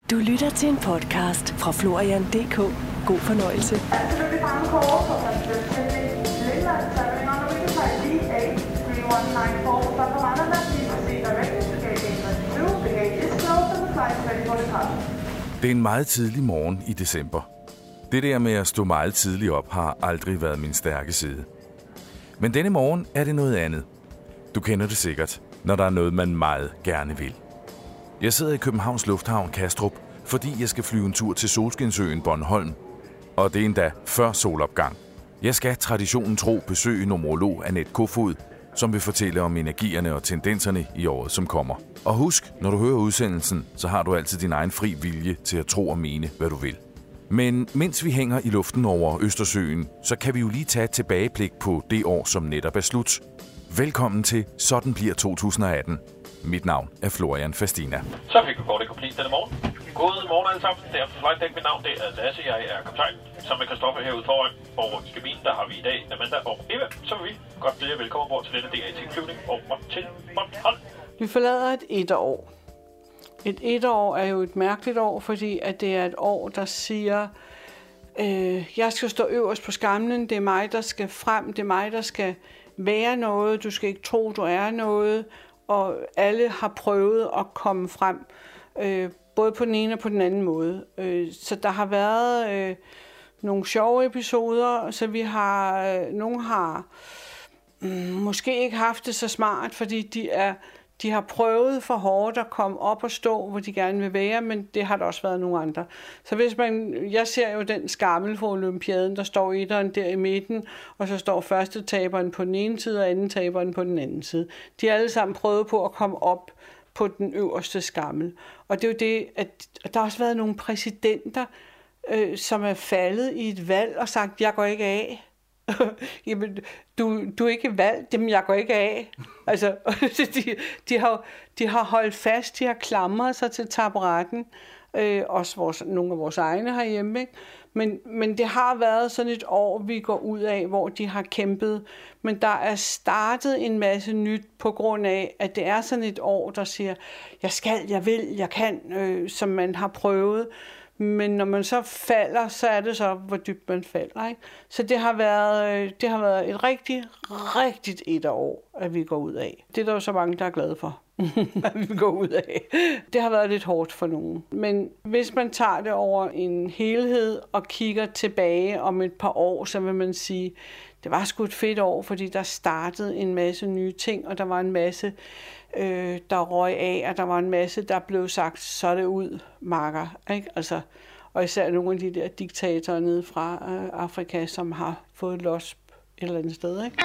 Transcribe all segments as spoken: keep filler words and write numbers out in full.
Du lytter til en podcast fra Florian punktum d k. God fornøjelse. Det er en meget tidlig morgen i december. Det der med at stå meget tidligt op har aldrig været min stærke side. Men denne morgen er det noget andet. Du kender det sikkert, når der er noget, man meget gerne vil. Jeg sidder i Københavns Lufthavn Kastrup, fordi jeg skal flyve en tur til Solskinsøen Bornholm. Og det er endda før solopgang. Jeg skal traditionen tro besøge numerolog Annette Kofod, som vil fortælle om energierne og tendenserne i året, som kommer. Og husk, når du hører udsendelsen, så har du altid din egen fri vilje til at tro og mene, hvad du vil. Men mens vi hænger i luften over Østersøen, så kan vi jo lige tage et tilbageblik på det år, som netop er slut. Velkommen til Sådan bliver to tusind atten. Mit navn er Florian Fastina. Så fik vi på det komplet denne morgen. God morgen alle sammen. Det er flight deck. Mit navn det er Lasse. Jeg er kaptajn. Sammen med Christoffer herude foran. Og i kabinen der har vi i dag Amanda og Eva. Så vil vi godt byde jer velkommen bort til denne D A T-flyvning over til Bornholm. Vi forlader et etterår. Et etterår er jo et mærkeligt år, fordi at det er et år, der siger, øh, jeg skal stå øverst på skamlen. Det er mig, der skal frem. Det er mig, der skal være noget. Du skal ikke tro, du er noget. Og alle har prøvet at komme frem, øh, både på den ene og på den anden måde. Øh, så der har været øh, nogle sjove episoder, så vi har, øh, nogle har øh, måske ikke haft det så smart, fordi de, er, de har prøvet for hårdt at komme op og stå, hvor de gerne vil være, men det har der også været nogle andre. Så hvis man, jeg ser jo den skammel for olympiaden, der står etteren der i midten, og så står første taberen på den ene side, og anden taberen på den anden side. De har alle sammen prøvet på at komme op på den øverste skammel. Og det er jo det, at der har også været nogle præsidenter, øh, som er faldet i et valg og sagt, jeg går ikke af. Jamen, du, du er ikke valgt, dem jeg går ikke af. Altså, de, de, har, de har holdt fast, de har klamret sig til taburetten, øh, også vores, nogle af vores egne herhjemme, ikke? Men, men det har været sådan et år, vi går ud af, hvor de har kæmpet. Men der er startet en masse nyt på grund af, at det er sådan et år, der siger, jeg skal, jeg vil, jeg kan, øh, som man har prøvet. Men når man så falder, så er det så, hvor dybt man falder, ikke? Så det har været, det har været et rigtig, rigtigt et år, at vi går ud af. Det er der jo så mange, der er glade for, at vi går ud af. Det har været lidt hårdt for nogen. Men hvis man tager det over en helhed og kigger tilbage om et par år, så vil man sige, det var sgu et fedt år, fordi der startede en masse nye ting, og der var en masse, øh, der røg af, og der var en masse, der blev sagt, så er det ud, makker, ikke? Altså, og især nogle af de der diktatorer nede fra øh, Afrika, som har fået los et eller andet sted, ikke?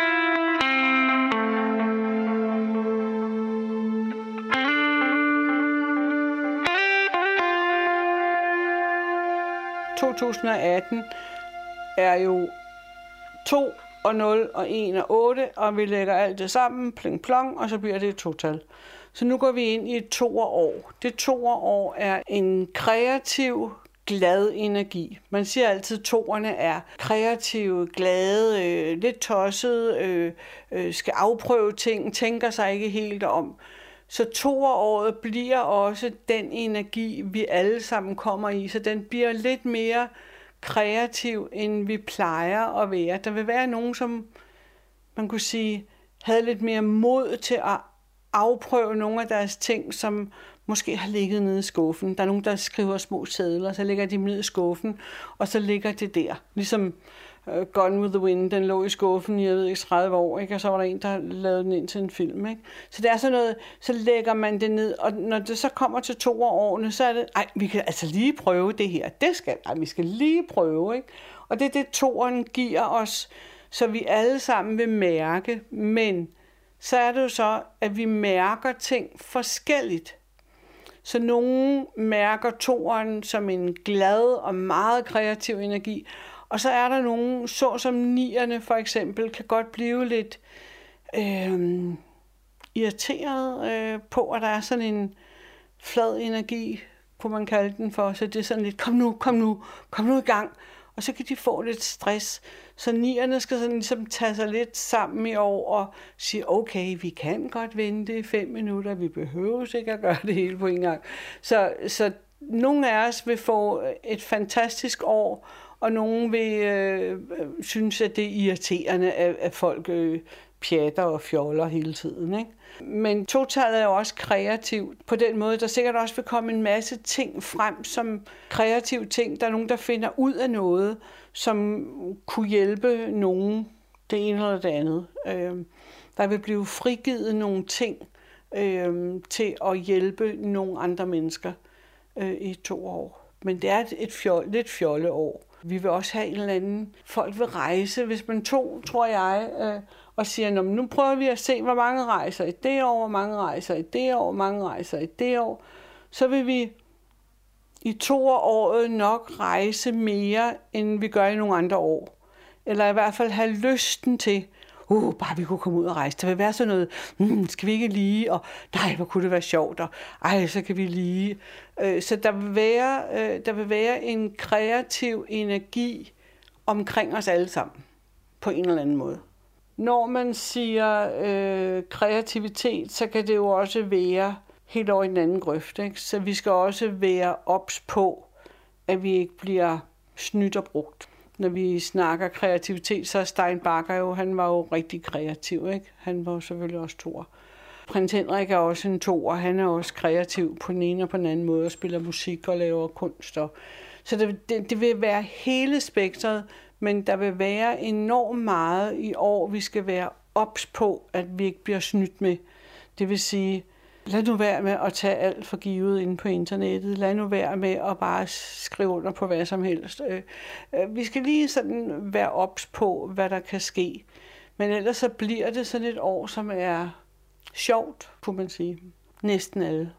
to tusind atten er jo to og nul og en og otte, og vi lægger alt det sammen, pling plong, og så bliver det et total. Så nu går vi ind i et toerår. Det toerår er en kreativ, glad energi. Man siger altid, at toerne er kreative, glade, øh, lidt tossede, øh, øh, skal afprøve ting, tænker sig ikke helt om. Så toeråret bliver også den energi, vi alle sammen kommer i, så den bliver lidt mere kreativ, end vi plejer at være. Der vil være nogen, som man kunne sige, havde lidt mere mod til at afprøve nogle af deres ting, som måske har ligget nede i skuffen. Der er nogen, der skriver små sedler, så ligger de nede i skuffen, og så ligger det der. Ligesom uh, Gone with the Wind, den lå i skuffen i, jeg ved ikke, tredive år, ikke? Og så var der en, der lavede den ind til en film, ikke? Så det er sådan noget, så lægger man det ned, og når det så kommer til to af årene, så er det, ej, vi kan altså lige prøve det her. Det skal, ej, vi skal lige prøve, ikke? Og det er det, toeren giver os, så vi alle sammen vil mærke, men så er det jo så, at vi mærker ting forskelligt. Så nogen mærker toeren som en glad og meget kreativ energi, og så er der nogen, så som nierne for eksempel, kan godt blive lidt øh, irriteret øh, på, at der er sådan en flad energi, kunne man kalde den for. Så det er sådan lidt, kom nu, kom nu, kom nu i gang. Og så kan de få lidt stress. Så nierne skal sådan ligesom tage sig lidt sammen i år og sige, okay, vi kan godt vente i fem minutter, vi behøver ikke at gøre det hele på en gang. Så, så nogle af os vil få et fantastisk år, og nogen vil øh, synes, at det er irriterende, at, at folk øh, pjatter og fjoller hele tiden, ikke? Men totallet er jo også kreativt på den måde. Der sikkert også vil komme en masse ting frem som kreative ting. Der er nogen, der finder ud af noget, som kunne hjælpe nogen, det ene eller det andet. Øh, der vil blive frigivet nogle ting øh, til at hjælpe nogle andre mennesker øh, i to år. Men det er et, et fjol, lidt fjolleår. Vi vil også have en eller anden... Folk vil rejse, hvis man tog, tror jeg, øh, og siger, nu prøver vi at se, hvor mange rejser i det år, hvor mange rejser i det år, hvor mange rejser i det år. Så vil vi i to året nok rejse mere, end vi gør i nogle andre år. Eller i hvert fald have lysten til, uh, bare vi kunne komme ud og rejse. Der vil være sådan noget, hmm, skal vi ikke lige, og nej, hvor kunne det være sjovt, og ej, så kan vi lige. Så der vil være, der vil være en kreativ energi omkring os alle sammen, på en eller anden måde. Når man siger øh, kreativitet, så kan det jo også være helt over i den anden grøft, ikke? Så vi skal også være ops på, at vi ikke bliver snydt og brugt. Når vi snakker kreativitet, så er Stein Bagger jo, han var jo rigtig kreativ, ikke? Han var jo selvfølgelig også toer. Prins Henrik er også en toer, han er også kreativ på den ene og på den anden måde, og spiller musik og laver kunst. Og... Så det, det, det vil være hele spektret, men der vil være enormt meget i år, vi skal være ops på, at vi ikke bliver snydt med. Det vil sige, lad nu være med at tage alt for givet inde på internettet. Lad nu være med at bare skrive under på hvad som helst. Vi skal lige sådan være ops på, hvad der kan ske. Men ellers så bliver det sådan et år, som er sjovt, kunne man sige. Næsten alle.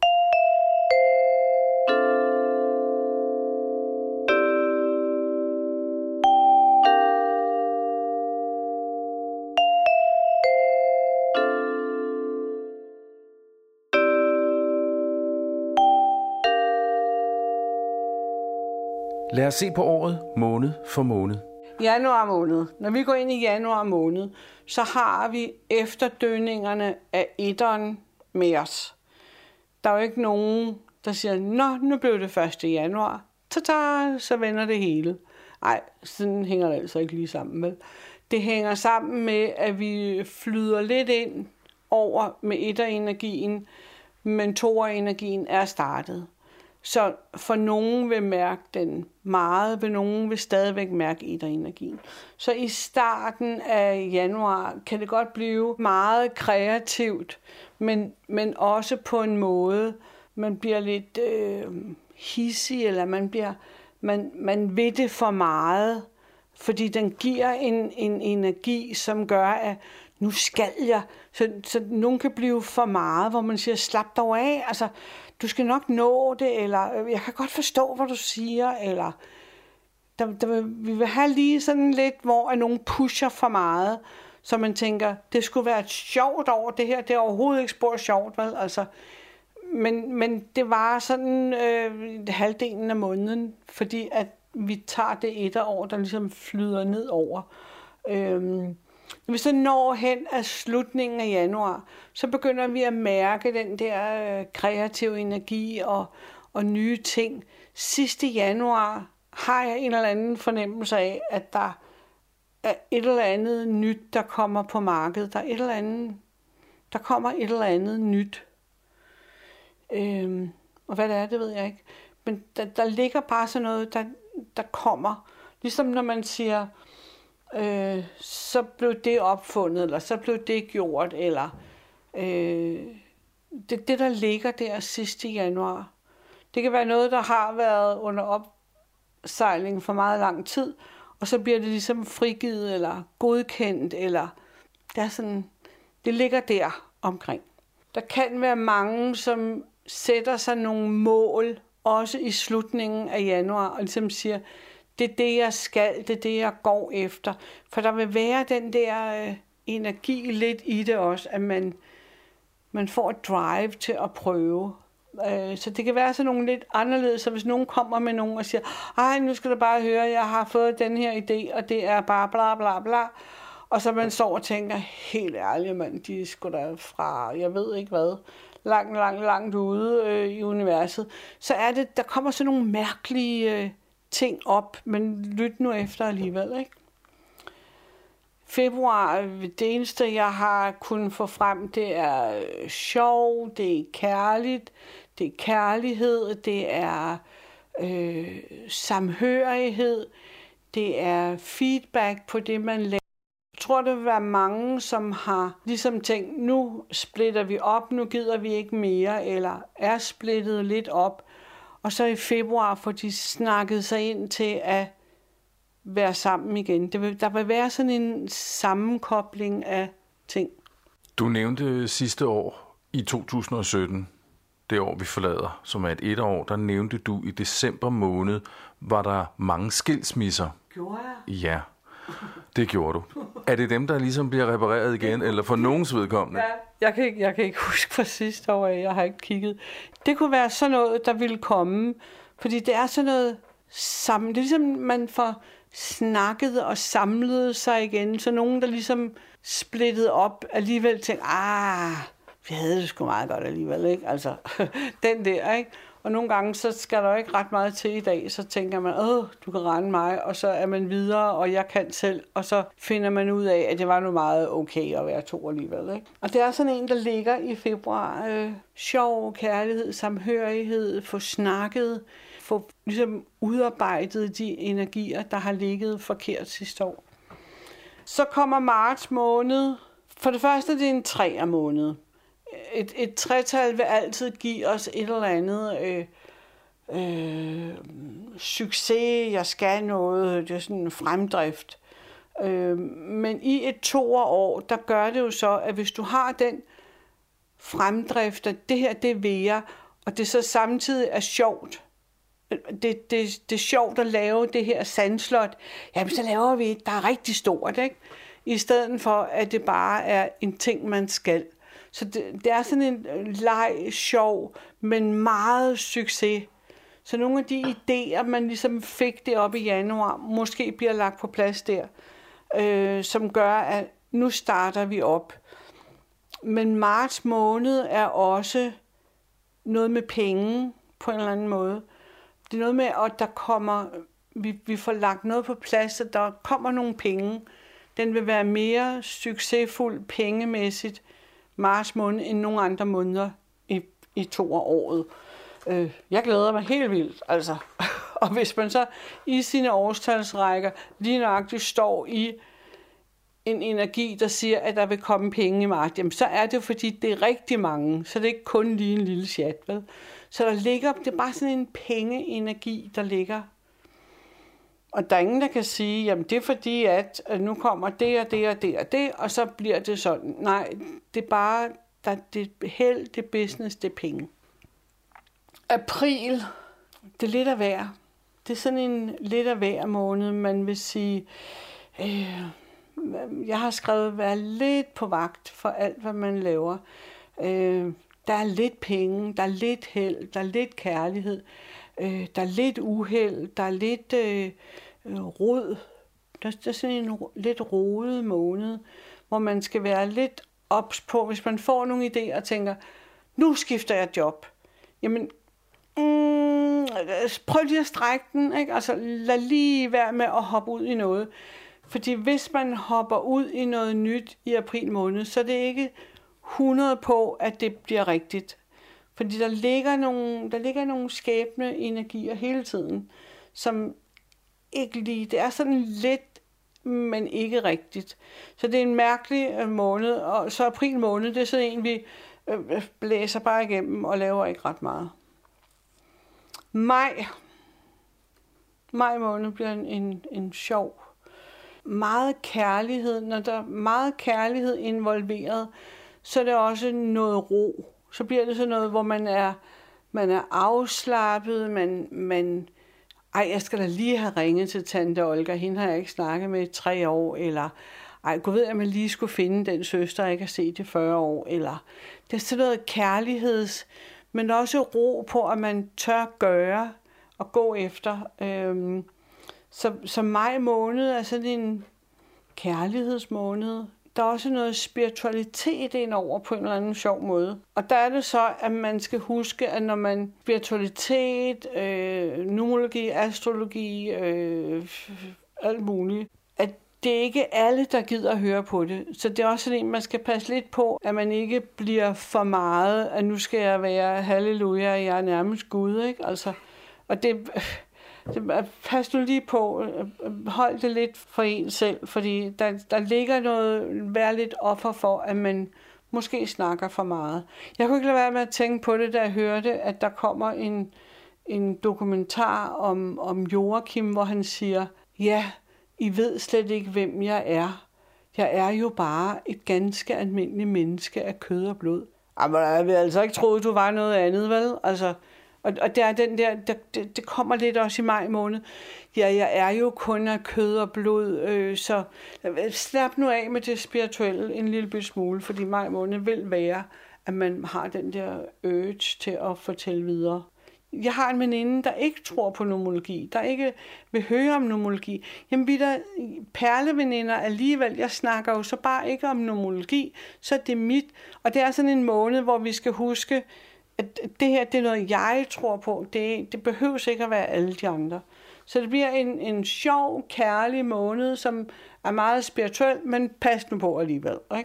Lad os se på året måned for måned. Januar måned. Når vi går ind i januar måned, så har vi efterdønningerne af etteren med os. Der er jo ikke nogen, der siger, nå, nu blev det første januar. Ta-ta, så vender det hele. Nej, sådan hænger det altså ikke lige sammen med. Det hænger sammen med, at vi flyder lidt ind over med etterenergien, men toerenergien er startet. Så for nogen vil mærke den meget, vil nogen vil stadigvæk mærke etterenergien. Så i starten af januar kan det godt blive meget kreativt, men, men også på en måde, man bliver lidt øh, hissig, eller man, bliver, man, man ved det for meget, fordi den giver en, en energi, som gør, at nu skal jeg. Så, så nogen kan blive for meget, hvor man siger, slap dig af, altså, du skal nok nå det, eller jeg kan godt forstå, hvad du siger, eller der, der, vi vil have lige sådan lidt, hvor at nogen pusher for meget, så man tænker, det skulle være et sjovt år, det her, det er overhovedet ikke spor sjovt, vel? Altså, men, men det var sådan øh, halvdelen af måneden, fordi at vi tager det etterår, der ligesom flyder ned over. Øhm, Når vi så når hen af slutningen af januar, så begynder vi at mærke den der øh, kreative energi og, og nye ting. Sidste januar har jeg en eller anden fornemmelse af, at der er et eller andet nyt, der kommer på markedet. Der er et eller andet, der kommer et eller andet nyt. Øhm, og hvad det er, det ved jeg ikke. Men der, der ligger bare sådan noget, der, der kommer. Ligesom når man siger... Øh, så blev det opfundet, eller så blev det gjort, eller øh, det, det, der ligger der sidste januar. Det kan være noget, der har været under opsejling for meget lang tid, og så bliver det ligesom frigivet, eller godkendt, eller det er sådan, det ligger der omkring. Der kan være mange, som sætter sig nogle mål, også i slutningen af januar, og ligesom siger, det er det, jeg skal, det er det, jeg går efter. For der vil være den der øh, energi lidt i det også, at man, man får et drive til at prøve. Øh, så det kan være sådan nogle lidt anderledes, så hvis nogen kommer med nogen og siger, ej, nu skal du bare høre, jeg har fået den her idé, og det er bare bla bla bla. Og så man står og tænker, helt ærligt, mand, de er sgu da fra, jeg ved ikke hvad. langt, langt, langt ude øh, i universet, så er det, der kommer sådan nogle mærkelige øh, ting op, men lyt nu efter alligevel, ikke? Februar, det eneste, jeg har kunnet få frem, det er øh, sjov, det er kærligt, det er kærlighed, det er øh, samhørighed, det er feedback på det, man laver. Jeg tror, der vil være mange, som har ligesom tænkt, nu splitter vi op, nu gider vi ikke mere, eller er splittet lidt op. Og så i februar får de snakket sig ind til at være sammen igen. Det vil, der vil være sådan en sammenkobling af ting. Du nævnte sidste år, i to tusind og sytten, det år vi forlader, som er et etår, der nævnte du i december måned, var der mange skilsmisser. Gjorde jeg? Ja, det gjorde du. Er det dem, der ligesom bliver repareret igen, eller for nogens vedkommende? Ja, jeg kan ikke, jeg kan ikke huske fra sidste år, jeg har ikke kigget. Det kunne være sådan noget, der ville komme, fordi det er sådan noget sammen. Det er ligesom, man får snakket og samlet sig igen, så nogen, der ligesom splittede op, alligevel tænkte, ah, vi havde det sgu meget godt alligevel, ikke? Altså, den der, ikke? Og nogle gange, så skal der jo ikke ret meget til i dag, så tænker man, åh, du kan rende mig, og så er man videre, og jeg kan selv, og så finder man ud af, at det var nu meget okay at være to alligevel, ikke? Og det er sådan en, der ligger i februar. Øh, sjov, kærlighed, samhørighed, få snakket, få ligesom udarbejdet de energier, der har ligget forkert sidste år. Så kommer marts måned. For det første, det er en træer måned. Et, et tretal vil altid give os et eller andet øh, øh, succes, jeg skal noget, det er sådan en fremdrift. Øh, men i et toer-år, der gør det jo så, at hvis du har den fremdrift, at det her, det vil jeg, og det så samtidig er sjovt, det, det, det er sjovt at lave det her sandslot, jamen så laver vi et, der er rigtig stort, ikke? I stedet for, at det bare er en ting, man skal. Så det, det er sådan en leg, sjov, men meget succes. Så nogle af de idéer, man ligesom fik det op i januar, måske bliver lagt på plads der, øh, som gør, at nu starter vi op. Men marts måned er også noget med penge på en eller anden måde. Det er noget med, at der kommer, vi, vi får lagt noget på plads, at der kommer nogle penge. Den vil være mere succesfuld pengemæssigt marts måned end nogle andre måneder i, i to af året. Øh, jeg glæder mig helt vildt, altså. Og hvis man så i sine årstalsrækker lige nøjagtigt står i en energi, der siger, at der vil komme penge i marts, jamen så er det, fordi det er rigtig mange, så det er ikke kun lige en lille chat, vel? Så der ligger, det er bare sådan en pengeenergi, der ligger. Og der er ingen, der kan sige, jamen det er fordi, at nu kommer det og det og det og det, og så bliver det sådan. Nej, det er bare, der, det er held, det er business, det er penge. April, det er lidt af hver. Det er sådan en lidt af hver måned, man vil sige, øh, jeg har skrevet, vær lidt på vagt for alt, hvad man laver. Øh, der er lidt penge, der er lidt held, der er lidt kærlighed. Øh, der er lidt uheld, der er lidt øh, rod. Der, der er sådan en lidt rodet måned, hvor man skal være lidt ops på, hvis man får nogle idéer og tænker, nu skifter jeg job. Jamen, mm, prøv lige at strække den, ikke? Altså, lad lige være med at hoppe ud i noget. Fordi hvis man hopper ud i noget nyt i april måned, så er det ikke hundrede på, at det bliver rigtigt. Fordi der ligger nogle, der ligger nogle skæbne energier hele tiden, som ikke lige, det er sådan lidt, men ikke rigtigt. Så det er en mærkelig måned, og så april måned, det er sådan en, vi blæser bare igennem og laver ikke ret meget. Maj. Maj måned bliver en, en, en sjov. Meget kærlighed, når der er meget kærlighed involveret, så er det også noget ro. Så bliver det sådan noget, hvor man er, man er afslappet, man, man, ej, jeg skal da lige have ringet til tante Olga, hende har jeg ikke snakket med i tre år, eller ej, gå ved, at man lige skulle finde den søster, jeg ikke har set i fyrre år, eller det er sådan noget kærligheds, men også ro på, at man tør gøre og gå efter. Øhm, så, så maj måned er sådan en kærlighedsmåned, der er også noget spiritualitet ind over på en eller anden sjov måde. Og der er det så, at man skal huske, at når man spiritualitet, øh, numerologi, astrologi, øh, alt muligt, at det er ikke alle, der gider at høre på det. Så det er også sådan, at man skal passe lidt på, at man ikke bliver for meget, at nu skal jeg være halleluja, jeg er nærmest Gud, ikke? Altså, og det... det pas nu lige på, hold det lidt for en selv, fordi der, der ligger noget, vær lidt offer for, at man måske snakker for meget. Jeg kunne ikke lade være med at tænke på det, da jeg hørte, at der kommer en, en dokumentar om, om Joachim, hvor han siger, ja, I ved slet ikke, hvem jeg er. Jeg er jo bare et ganske almindeligt menneske af kød og blod. Jamen, jeg vil altså ikke tro, du var noget andet, vel? Altså, og, og der er den der, der det, det kommer lidt også i maj måned. Ja, jeg er jo kun af kød og blod, øh, så slap nu af med det spirituelle en lille bit smule, fordi maj måned vil være, at man har den der urge til at fortælle videre. Jeg har en veninde, der ikke tror på numerologi, der ikke vil høre om numerologi. Jamen, vi der perleveninder alligevel, jeg snakker jo så bare ikke om numerologi, så det er mit. Og det er sådan en måned, hvor vi skal huske, at det her, det er noget, jeg tror på. Det, det behøves ikke at være alle de andre. Så det bliver en, en sjov, kærlig måned, som er meget spirituel, men pas nu på alligevel, ikke?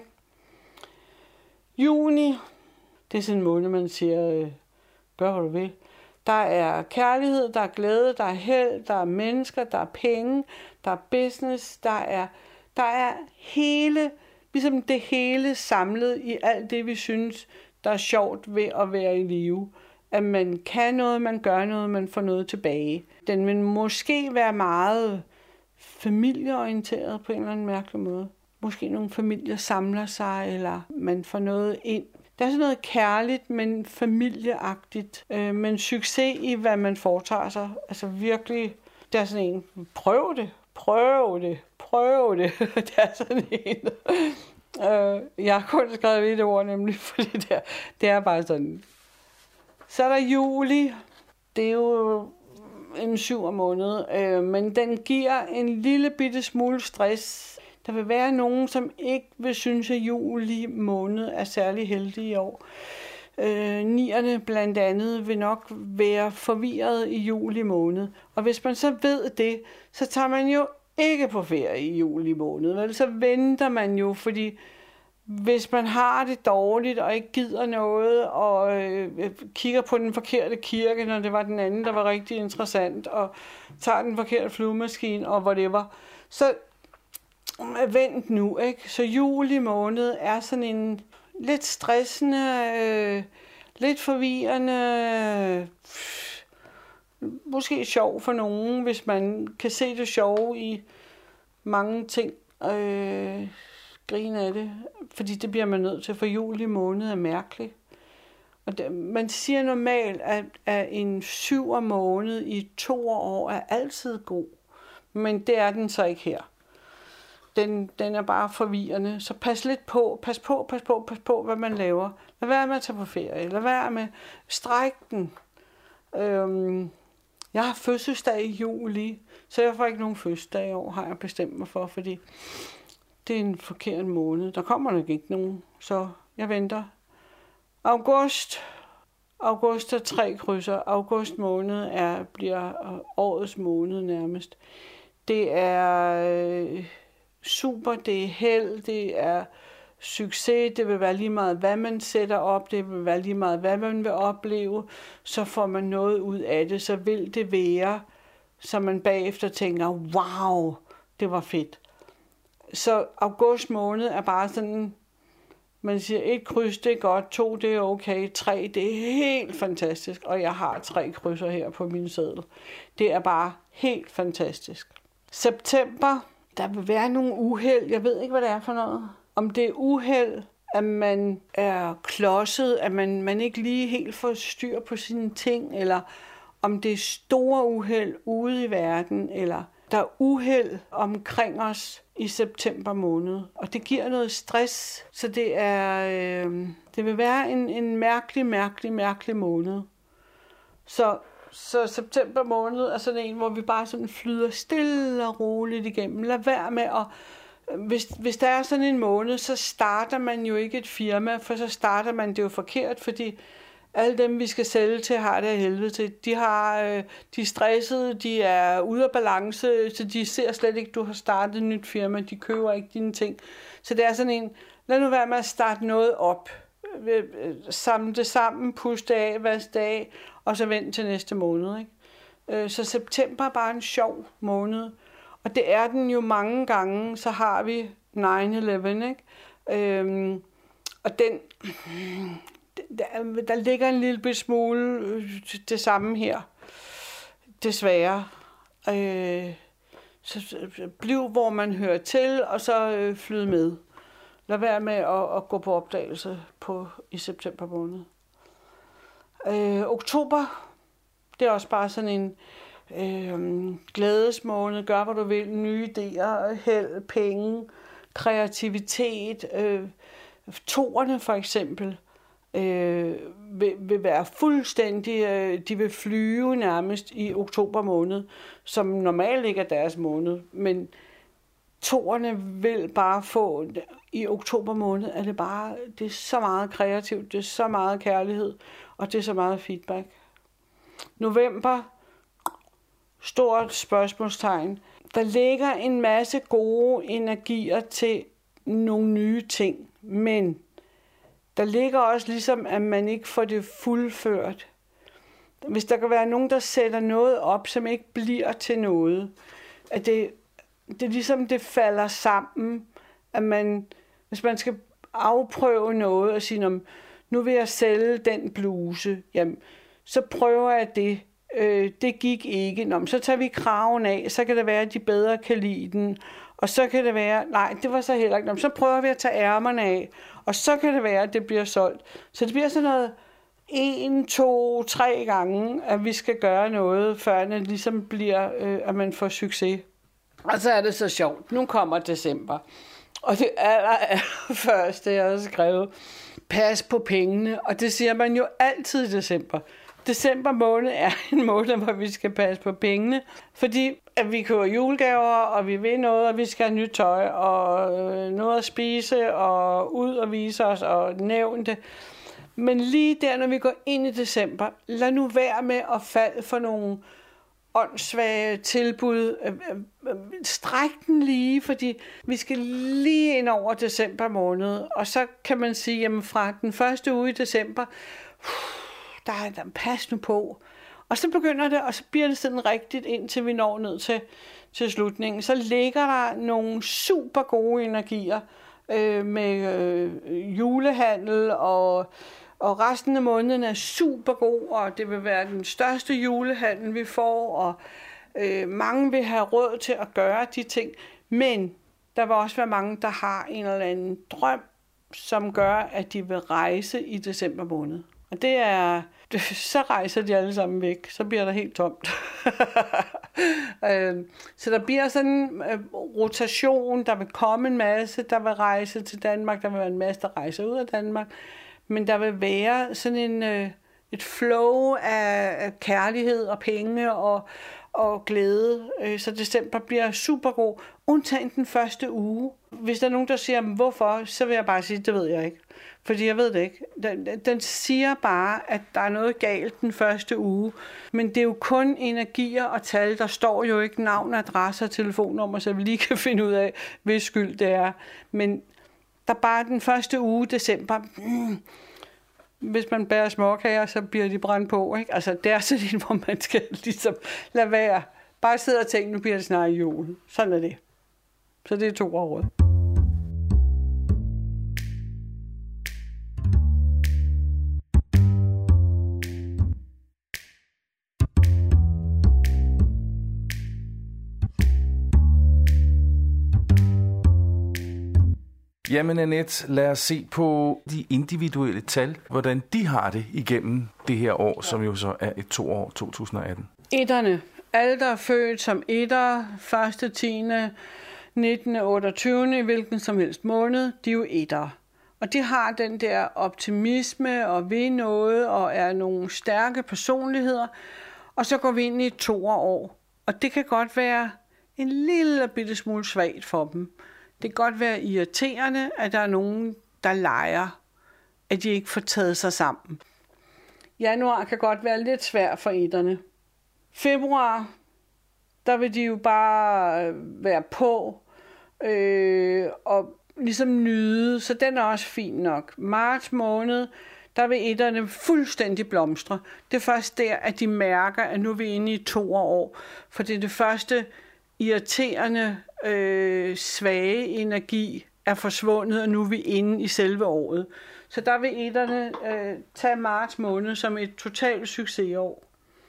Juni, det er sådan en måned, man siger, gør hvad du vil. Der er kærlighed, der er glæde, der er held, der er mennesker, der er penge, der er business, der er, der er hele, ligesom det hele samlet i alt det, vi synes, der er sjovt ved at være i live. At man kan noget, man gør noget, man får noget tilbage. Den vil måske være meget familieorienteret på en eller anden mærkelig måde. Måske nogle familier samler sig, eller man får noget ind. Der er sådan noget kærligt, men familieagtigt. Øh, men succes i, hvad man foretager sig. Altså virkelig, der er sådan en, prøv det, prøv det, prøv det. Der er sådan en. Øh, jeg har kun skrevet et ord, nemlig, fordi det er, det er bare sådan. Så er der juli. Det er jo en syv måned, øh, men den giver en lille bitte smule stress. Der vil være nogen, som ikke vil synes, at juli måned er særlig heldig i år. Øh, nierne blandt andet vil nok være forvirret i juli måned. Og hvis man så ved det, så tager man jo ikke på ferie i juli måned. Vel? Så venter man jo, fordi hvis man har det dårligt og ikke gider noget, og øh, kigger på den forkerte kirke, når det var den anden, der var rigtig interessant, og tager den forkerte flyvemaskine og whatever, så vent nu, ikke? Så juli måned er sådan en lidt stressende, øh, lidt forvirrende, måske sjov for nogen, hvis man kan se det sjove i mange ting. Øh, grine af det, fordi det bliver man nødt til, for juli måned er mærkelig. Og det, man siger normalt, at, at en syv måned i to år er altid god, men det er den så ikke her. Den, den er bare forvirrende, så pas lidt på, pas på, pas på, pas på, hvad man laver. Lad være med at tage på ferie, lad være med stræk den. Øhm, jeg har fødselsdag i juli, så jeg får ikke nogen fødselsdag i år, har jeg bestemt mig for, fordi det er en forkert måned. Der kommer nok ikke nogen, så jeg venter. August. August er tre krydser. August måned er, bliver årets måned nærmest. Det er øh, super, det er held, det er succes, det vil være lige meget, hvad man sætter op, det vil være lige meget, hvad man vil opleve, så får man noget ud af det, så vil det være, så man bagefter tænker, wow, det var fedt. Så august måned er bare sådan, man siger, et kryds, det er godt, to, det er okay, tre, det er helt fantastisk, og jeg har tre krydser her på min seddel. Det er bare helt fantastisk. September, der vil være nogle uheld, jeg ved ikke, hvad det er for noget. Om det er uheld, at man er klodset, at man, man ikke lige helt får styr på sine ting, eller om det er store uheld ude i verden, eller der er uheld omkring os i september måned, og det giver noget stress, så det er øh, det vil være en, en mærkelig, mærkelig, mærkelig måned. Så, så september måned er sådan en, hvor vi bare sådan flyder stille og roligt igennem. Lad være med at hvis, hvis der er sådan en måned, så starter man jo ikke et firma, for så starter man det jo forkert, fordi alle dem, vi skal sælge til, har det af helvede til. De, har, de er stressede, de er ude af balance, så de ser slet ikke, du har startet et nyt firma, de køber ikke dine ting. Så det er sådan en, lad nu være med at starte noget op. Samle det sammen, puste af, vaske af, og så vente til næste måned. Ikke? Så september er bare en sjov måned. Og det er den jo mange gange, så har vi nine eleven, ikke? Øhm, og den, der, der ligger en lille smule det samme her, desværre. Øh, så bliv, hvor man hører til, og så øh, flyde med. Lad være med at, at gå på opdagelse på, i september måned. Øh, oktober, det er også bare sådan en øh, glædesmåned. Gør, hvad du vil. Nye idéer, held, penge, kreativitet. Øh, toerne for eksempel øh, vil, vil være fuldstændig, øh, de vil flyve nærmest i oktober måned, som normalt ikke er deres måned, men toerne vil bare få, i oktober måned er det bare, det er så meget kreativt, det er så meget kærlighed, og det er så meget feedback. November, stort spørgsmålstegn. Der ligger en masse gode energier til nogle nye ting, men der ligger også ligesom, at man ikke får det fuldført. Hvis der kan være nogen, der sætter noget op, som ikke bliver til noget, at det, det er ligesom, det falder sammen, at man, hvis man skal afprøve noget og sige, nu vil jeg sælge den bluse, jamen, så prøver jeg det. Øh, det gik ikke. Nå, så tager vi kraven af, så kan det være, at de bedre kan lide den. Og så kan det være, nej, det var så heller ikke. Nå, så prøver vi at tage ærmerne af, og så kan det være, at det bliver solgt. Så det bliver sådan noget en, to, tre gange, at vi skal gøre noget, før det ligesom bliver, øh, at man får succes. Og så er det så sjovt. Nu kommer december. Og det aller, aller første, jeg har skrevet, pas på pengene. Og det siger man jo altid i december. December måned er en måned, hvor vi skal passe på pengene, fordi at vi køber julegaver, og vi vil noget, og vi skal have nyt tøj, og noget at spise, og ud og vise os, og nævne det. Men lige der, når vi går ind i december, lad nu være med at falde for nogle åndssvage tilbud. Stræk den lige, fordi vi skal lige ind over december måned, og så kan man sige, jamen fra den første uge i december, der er der pas nu på. Og så begynder det, og så bliver det sådan rigtigt, indtil vi når ned til, til slutningen. Så ligger der nogle super gode energier øh, med øh, julehandel, og, og resten af måneden er super god, og det vil være den største julehandel, vi får, og øh, mange vil have råd til at gøre de ting. Men der vil også være mange, der har en eller anden drøm, som gør, at de vil rejse i december måned. Og det er, så rejser de alle sammen væk, så bliver der helt tomt. Så der bliver sådan en rotation, der vil komme en masse, der vil rejse til Danmark, der vil være en masse, der rejser ud af Danmark, men der vil være sådan en, et flow af kærlighed og penge og, og glæde, så december bliver super god, undtagen den første uge. Hvis der er nogen, der siger, hvorfor, så vil jeg bare sige, det ved jeg ikke. Fordi jeg ved det ikke. Den, den siger bare, at der er noget galt den første uge. Men det er jo kun energier og tal. Der står jo ikke navn, adresse og telefonnummer, så vi lige kan finde ud af, hvis skyld det er. Men der er bare den første uge, december. Mm, hvis man bærer småkager, så bliver de brændt på. Ikke? Altså, det er sådan en, hvor man skal ligesom lade være. Bare sidde og tænke, nu bliver det snart jul. Sådan er det. Så det er to år. Jamen Annette, lad os se på de individuelle tal, hvordan de har det igennem det her år, som jo så er et to år, to tusind og atten. Etterne. Alle, der er født som etter, første, tiende, nittende, otteogtyvende, i hvilken som helst måned, de er jo etter. Og de har den der optimisme og ved noget og er nogle stærke personligheder. Og så går vi ind i et to år. Og det kan godt være en lille bitte smule svagt for dem. Det kan godt være irriterende, at der er nogen, der leger, at de ikke får taget sig sammen. Januar kan godt være lidt svær for etterne. Februar, der vil de jo bare være på øh, og ligesom nyde, så den er også fin nok. Marts måned, der vil etterne fuldstændig blomstre. Det er først der, at de mærker, at nu er vi inde i to år. For det er det første irriterende, øh, svage energi er forsvundet, og nu er vi inde i selve året. Så der vil etterne øh, tage marts måned som et totalt succesår.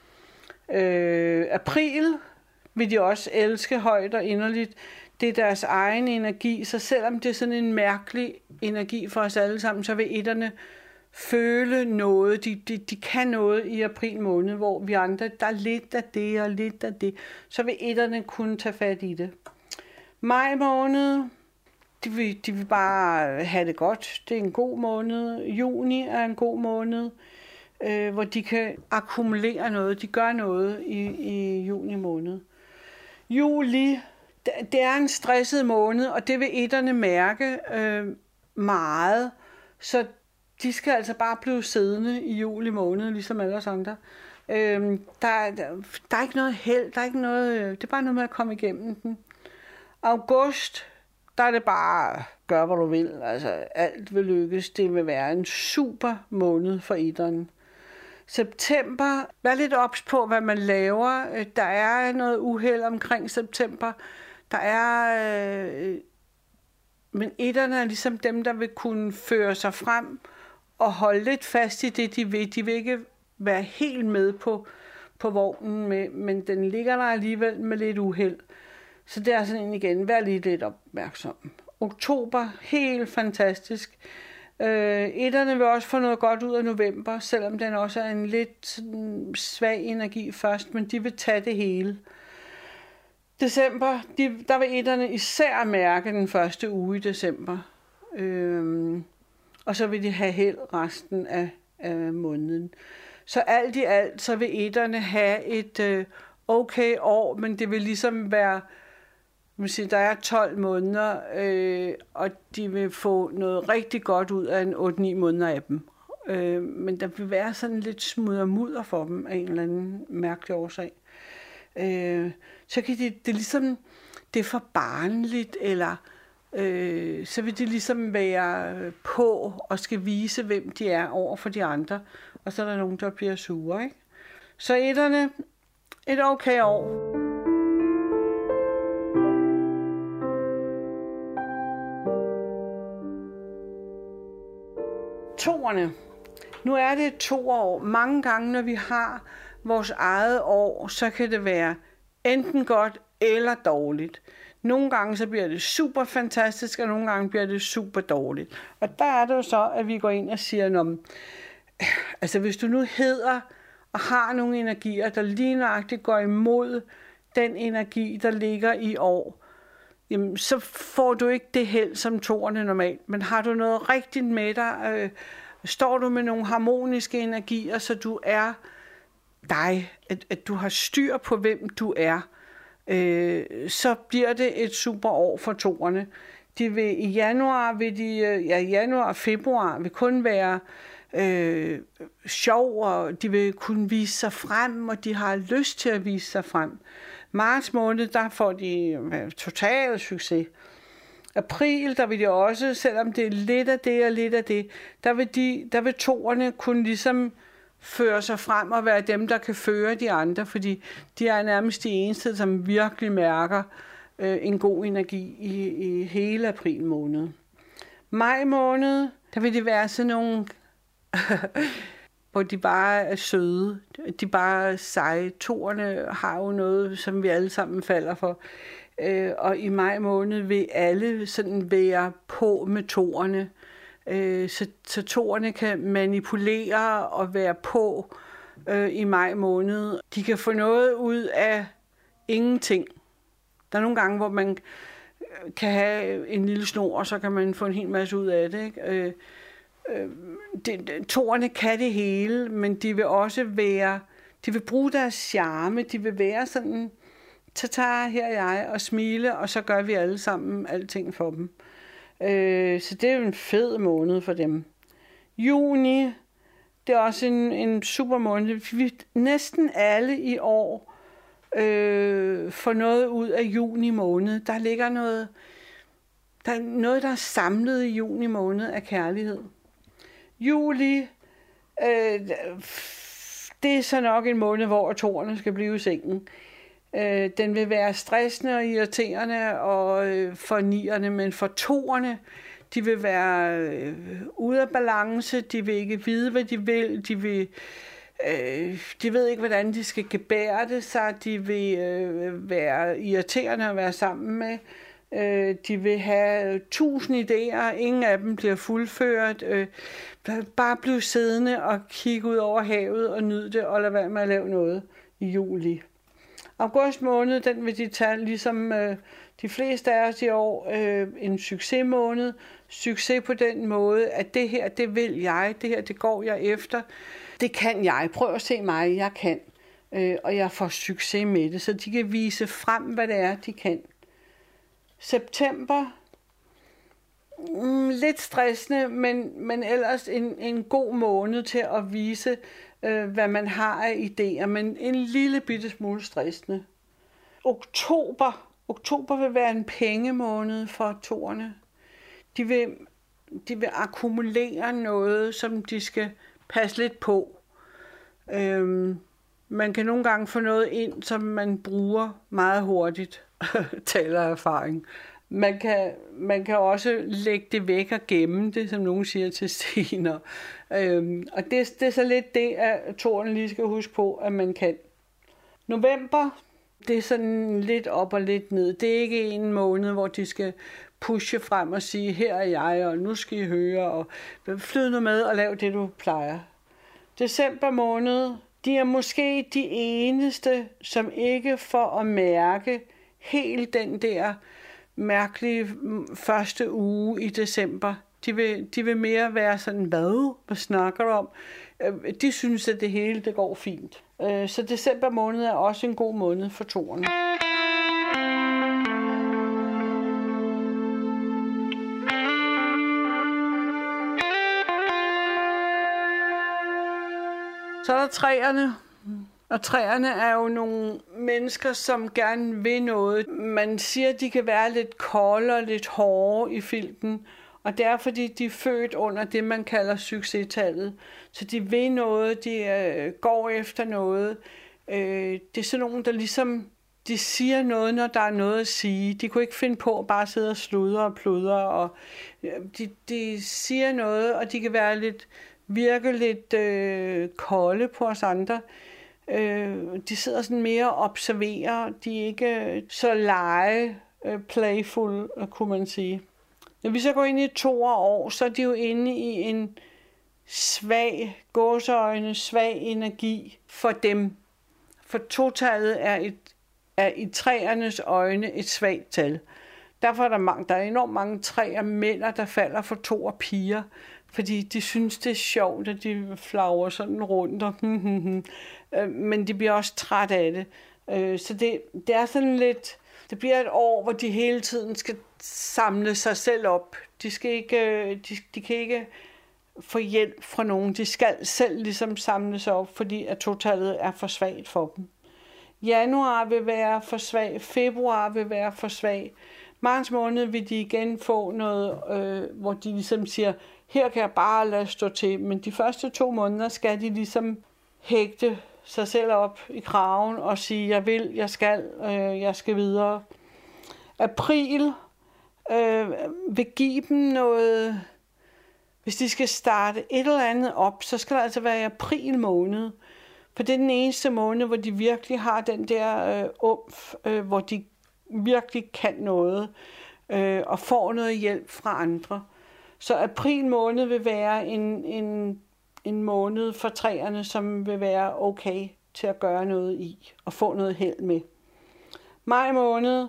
Øh, april vil de også elske højt og inderligt. Det er deres egen energi, så selvom det er sådan en mærkelig energi for os alle sammen, så vil etterne føle noget. De, de, de kan noget i april måned, hvor vi andre, der er lidt af det og lidt af det. Så vil etterne kunne tage fat i det. Maj måned, de vil, de vil bare have det godt. Det er en god måned. Juni er en god måned, øh, hvor de kan akkumulere noget. De gør noget i, i juni måned. Juli, det er en stresset måned, og det vil etterne mærke øh, meget. Så de skal altså bare blive siddende i juli måned, ligesom alle os andre. Øh, der, der, der er ikke noget held, der er ikke noget, det er bare noget med at komme igennem den. August, der er det bare, gør hvad du vil, altså alt vil lykkes. Det vil være en super måned for etterne. September, vær lidt ops på, hvad man laver. Der er noget uheld omkring september. Der er, øh, men etterne er ligesom dem, der vil kunne føre sig frem og holde lidt fast i det, de vil. De vil ikke være helt med på, på vognen, med, men den ligger der alligevel med lidt uheld. Så det er sådan en igen, vær lige lidt opmærksom. Oktober, helt fantastisk. Øh, etterne vil også få noget godt ud af november, selvom den også er en lidt sådan, svag energi først, men de vil tage det hele. December, de, der vil etterne især mærke den første uge i december. Øh, og så vil de have held resten af, af måneden. Så alt i alt, så vil etterne have et øh, okay år, men det vil ligesom være, man siger, der er tolv måneder, øh, og de vil få noget rigtig godt ud af en otte ni måneder af dem. Øh, men der vil være sådan lidt smudder mudder for dem af en eller anden mærkelig årsag. Øh, så kan de, det ligesom, det er for barnligt, eller øh, så vil de ligesom være på og skal vise, hvem de er over for de andre. Og så er der nogen, der bliver sure, ikke? Så etterne, et okay år. Toerne. Nu er det to år. Mange gange, når vi har vores eget år, så kan det være enten godt eller dårligt. Nogle gange så bliver det super fantastisk, og nogle gange bliver det super dårligt. Og der er det jo så, at vi går ind og siger, om, altså hvis du nu hedder og har nogle energier, der lige nøjagtigt går imod den energi, der ligger i år, jamen, så får du ikke det held som toerne normalt. Men har du noget rigtigt med dig, øh, står du med nogle harmoniske energier, så du er dig, at, at du har styr på, hvem du er, øh, så bliver det et super år for toerne. De vil, I januar vil de, ja, januar og februar vil kun være øh, sjov, og de vil kunne vise sig frem, og de har lyst til at vise sig frem. Marts måned, der får de øh, total succes. April, der vil de også, selvom det er lidt af det og lidt af det, der vil, de, der vil toerne kunne ligesom føre sig frem og være dem, der kan føre de andre, fordi de er nærmest de eneste, som virkelig mærker øh, en god energi i, i hele april måned. Maj måned, der vil det være sådan nogle, hvor de bare er søde. De bare er seje. Toerne har jo noget, som vi alle sammen falder for. Øh, og i maj måned vil alle sådan være på med toerne. Øh, så, så toerne kan manipulere og være på øh, i maj måned. De kan få noget ud af ingenting. Der er nogle gange, hvor man kan have en lille snor, og så kan man få en hel masse ud af det, ikke? Øh, øh, det, toerne kan det hele, men de vil også være, de vil bruge deres charme, de vil være sådan, tata, her er jeg, og smile, og så gør vi alle sammen alting for dem. Øh, så det er jo en fed måned for dem. Juni, det er også en, en super måned. Vi næsten alle i år øh, får noget ud af juni måned. Der ligger noget, der er noget, der er samlet i juni måned af kærlighed. Juli, øh, det er så nok en måned, hvor toerne skal blive i sengen. Øh, den vil være stressende og irriterende og øh, for nierne, men for toerne, de vil være øh, ude af balance, de vil ikke vide, hvad de vil, de vil, øh, de ved ikke, hvordan de skal gebære det sig, de vil øh, være irriterende at være sammen med, øh, de vil have tusind idéer, ingen af dem bliver fuldført, øh, bare blive siddende og kigge ud over havet og nyde det, og lade være med at lave noget i juli. August måned, den vil de tage ligesom øh, de fleste af os i år, øh, en succesmåned. Succes på den måde, at det her, det vil jeg, det her, det går jeg efter. Det kan jeg. Prøv at se mig, jeg kan. Øh, og jeg får succes med det, så de kan vise frem, hvad det er, de kan. September, mm, lidt stressende, men, men ellers en, en god måned til at vise, øh, hvad man har af idéer, men en lille bitte smule stressende. Oktober, oktober vil være en pengemåned for toerne. De vil, de vil akkumulere noget, som de skal passe lidt på. Øhm, man kan nogle gange få noget ind, som man bruger meget hurtigt, taler af erfaring. Man kan, man kan også lægge det væk og gemme det, som nogen siger til senere. Øhm, og det, det er så lidt det, at toerne lige skal huske på, at man kan. November, det er sådan lidt op og lidt ned. Det er ikke en måned, hvor de skal pushe frem og sige, her er jeg, og nu skal I høre, og flyd nu med og lav det, du plejer. December måned, de er måske de eneste, som ikke får at mærke helt den der mærkelige første uge i december. De vil, de vil mere være sådan, hvad? Hvad snakker du om? De synes, at det hele det går fint. Så december måned er også en god måned for toerne. Så er der træerne. Og træerne er jo nogle mennesker, som gerne vil noget. Man siger, at de kan være lidt kolde og lidt hårde i filten. Og det er, fordi de er født under det, man kalder succestallet. Så de vil noget, de øh, går efter noget. Øh, det er sådan nogen, der ligesom, de siger noget, når der er noget at sige. De kunne ikke finde på at bare sidde og sludre og pludre. Og, øh, de, de siger noget, og de kan være lidt, virke lidt øh, kolde på os andre. Øh, de sidder sådan mere og observerer. De er ikke så lege, øh, playful, kunne man sige. Når vi så går ind i to år, så er de jo inde i en svag, gåseøjne, svag energi for dem. For totallet er, et, er i træernes øjne et svagt tal. Derfor er der, mange, der er enormt mange træer mænd, der falder for to og piger, fordi de synes, det er sjovt, at de flagrer sådan rundt. Og, men de bliver også træt af det. Så det, det er sådan lidt... Det bliver et år, hvor de hele tiden skal samle sig selv op. De, skal ikke, de, de kan ikke få hjælp fra nogen. De skal selv ligesom samle sig op, fordi at totallet er for svagt for dem. Januar vil være for svag. Februar vil være for svag. Marts måned vil de igen få noget, øh, hvor de ligesom siger, her kan jeg bare lade stå til. Men de første to måneder skal de ligesom hægte sig selv op i kraven og sige, jeg vil, jeg skal, øh, jeg skal videre. April øh, vil give dem noget, hvis de skal starte et eller andet op, så skal det altså være i april måned. For det er den eneste måned, hvor de virkelig har den der øh, umf, øh, hvor de virkelig kan noget øh, og får noget hjælp fra andre. Så april måned vil være en, en en måned for træerne, som vil være okay til at gøre noget i og få noget held med. Maj måned,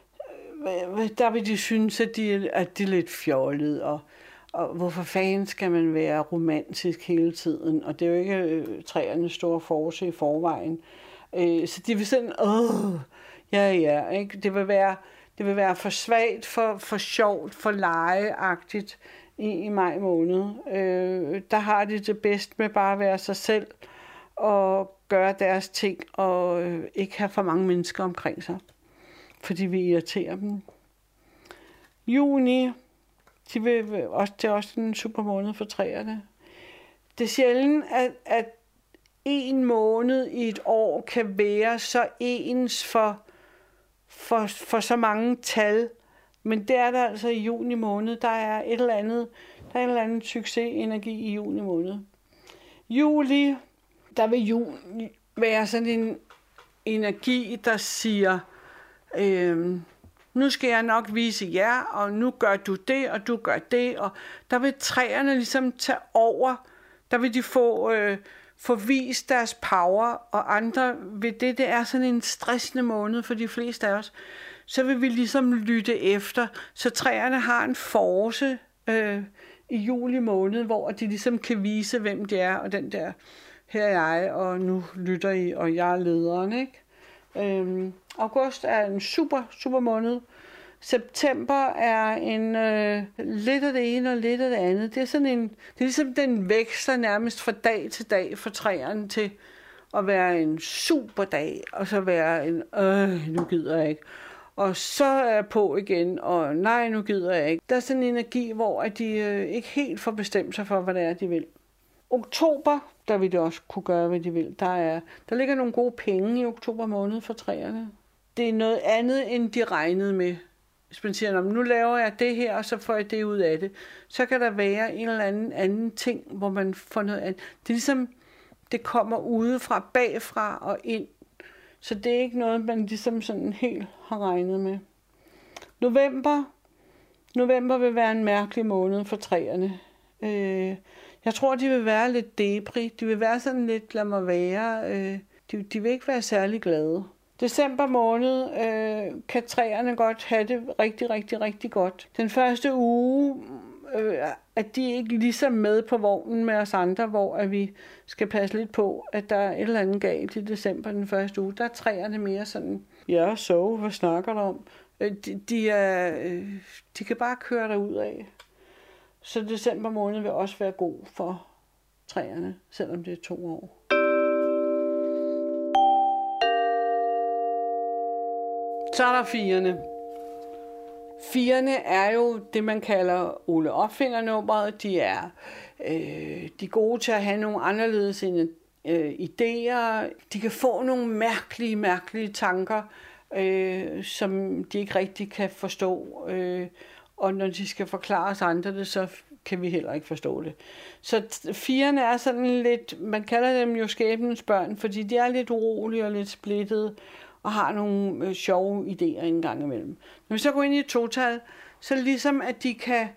der vil de synes, at de, at de er lidt fjollede, og, og hvorfor fanden skal man være romantisk hele tiden? Og det er jo ikke øh, træernes store force i forvejen. Øh, så de vil sådan, åh, Ja, ja, ikke? Det vil være, det vil være for svagt, for, for sjovt, for legeagtigt i, i maj måned. Øh, der har de det bedst med bare at være sig selv og gøre deres ting og øh, ikke have for mange mennesker omkring sig, fordi vi irriterer dem. Juni, de vil også, det er også en super måned for træerne. Det er sjældent, at, at en måned i et år kan være så ens for, for, for så mange tal. Men det er der altså i juni måned. Der er et eller andet, der er en eller anden succesenergi i juni måned. Juli, der vil juli være sådan en energi, der siger, øh, nu skal jeg nok vise jer, og nu gør du det, og du gør det. Og der vil træerne ligesom tage over. Der vil de få... Øh, få vist deres power, og andre vil det, det er sådan en stressende måned for de fleste af os, så vil vi ligesom lytte efter, så træerne har en force øh, i juli måned, hvor de ligesom kan vise, hvem de er, og den der, her er jeg, og nu lytter I, og jeg er lederen, ikke? Øhm, august er en super, super måned. September er en øh, lidt af det ene og lidt af det andet. Det er sådan en, det er ligesom den vækster nærmest fra dag til dag for træerne til at være en super dag, og så være en, øh, nu gider jeg ikke. Og så er jeg på igen, og nej, nu gider jeg ikke. Der er sådan en energi, hvor at de øh, ikke helt får bestemt sig for, hvad det er, de vil. Oktober, der vil de også kunne gøre, hvad de vil. Der, er, der ligger nogle gode penge i oktober måned for træerne. Det er noget andet, end de regnede med. Hvis man siger, nu laver jeg det her, og så får jeg det ud af det, så kan der være en eller anden anden ting, hvor man får noget andet. Det er ligesom, det kommer udefra, bagfra og ind. Så det er ikke noget, man ligesom sådan helt har regnet med. November. November vil være en mærkelig måned for træerne. Øh, jeg tror, de vil være lidt depri. De vil være sådan lidt, lad mig være. Øh, de, de vil ikke være særlig glade. December måned øh, kan træerne godt have det rigtig, rigtig, rigtig godt. Den første uge øh, er de ikke ligesom med på vognen med os andre, hvor at vi skal passe lidt på, at der er et eller andet galt i december den første uge. Der er træerne mere sådan, ja, så, hvad snakker du om? De, de, er, øh, de kan bare køre derud af. Så december måned vil også være god for træerne, selvom det er to år. Så er der firene. Firene er jo det, man kalder Ole Opfinder-nummeret. De er, øh, de er gode til at have nogle anderledes øh, idéer. De kan få nogle mærkelige, mærkelige tanker, øh, som de ikke rigtig kan forstå. Øh, og når de skal forklare os andre det, så kan vi heller ikke forstå det. Så firene er sådan lidt, man kalder dem jo skæbnens børn, fordi de er lidt urolige og lidt splittede, og har nogle øh, sjove idéer en gang imellem. Når vi så går ind i et total, så er det ligesom, at de kan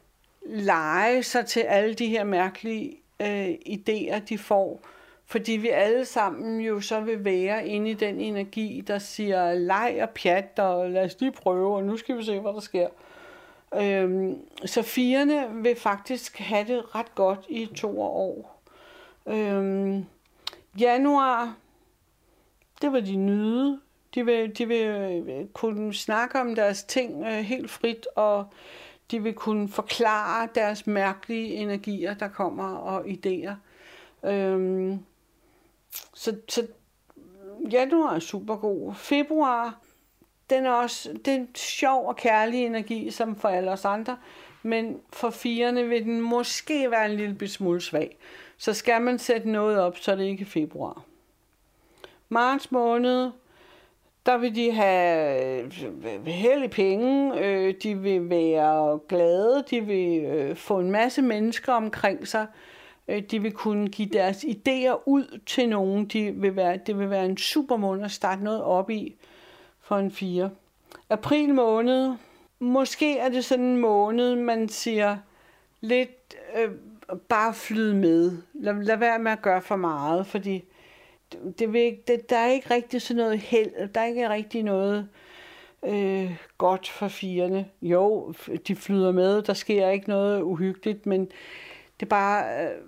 lege sig til alle de her mærkelige øh, idéer, de får. Fordi vi alle sammen jo så vil være inde i den energi, der siger leg og pjat, og lad os lige prøve, og nu skal vi se, hvad der sker. Øhm, så firene vil faktisk have det ret godt i to år. Øhm, januar, det vil de nyde. De vil, de vil kunne snakke om deres ting øh, helt frit, og de vil kunne forklare deres mærkelige energier, der kommer, og idéer. Øhm, så, så januar er super god. Februar, den er også det er en sjov og kærlig energi, som for alle os andre, men for firene vil den måske være en lille smule svag. Så skal man sætte noget op, så er det ikke februar. Marts måned, der vil de have hellige penge, øh, de vil være glade, de vil øh, få en masse mennesker omkring sig, øh, de vil kunne give deres idéer ud til nogen, de vil være, det vil være en super måned at starte noget op i for en fire. April måned, måske er det sådan en måned, man siger lidt øh, bare flyde med, lad, lad være med at gøre for meget, fordi Det vil, det, der er ikke rigtig sådan noget held, der er ikke rigtig noget øh, godt for firene. Jo, de flyder med, der sker ikke noget uhyggeligt, men det er bare, øh,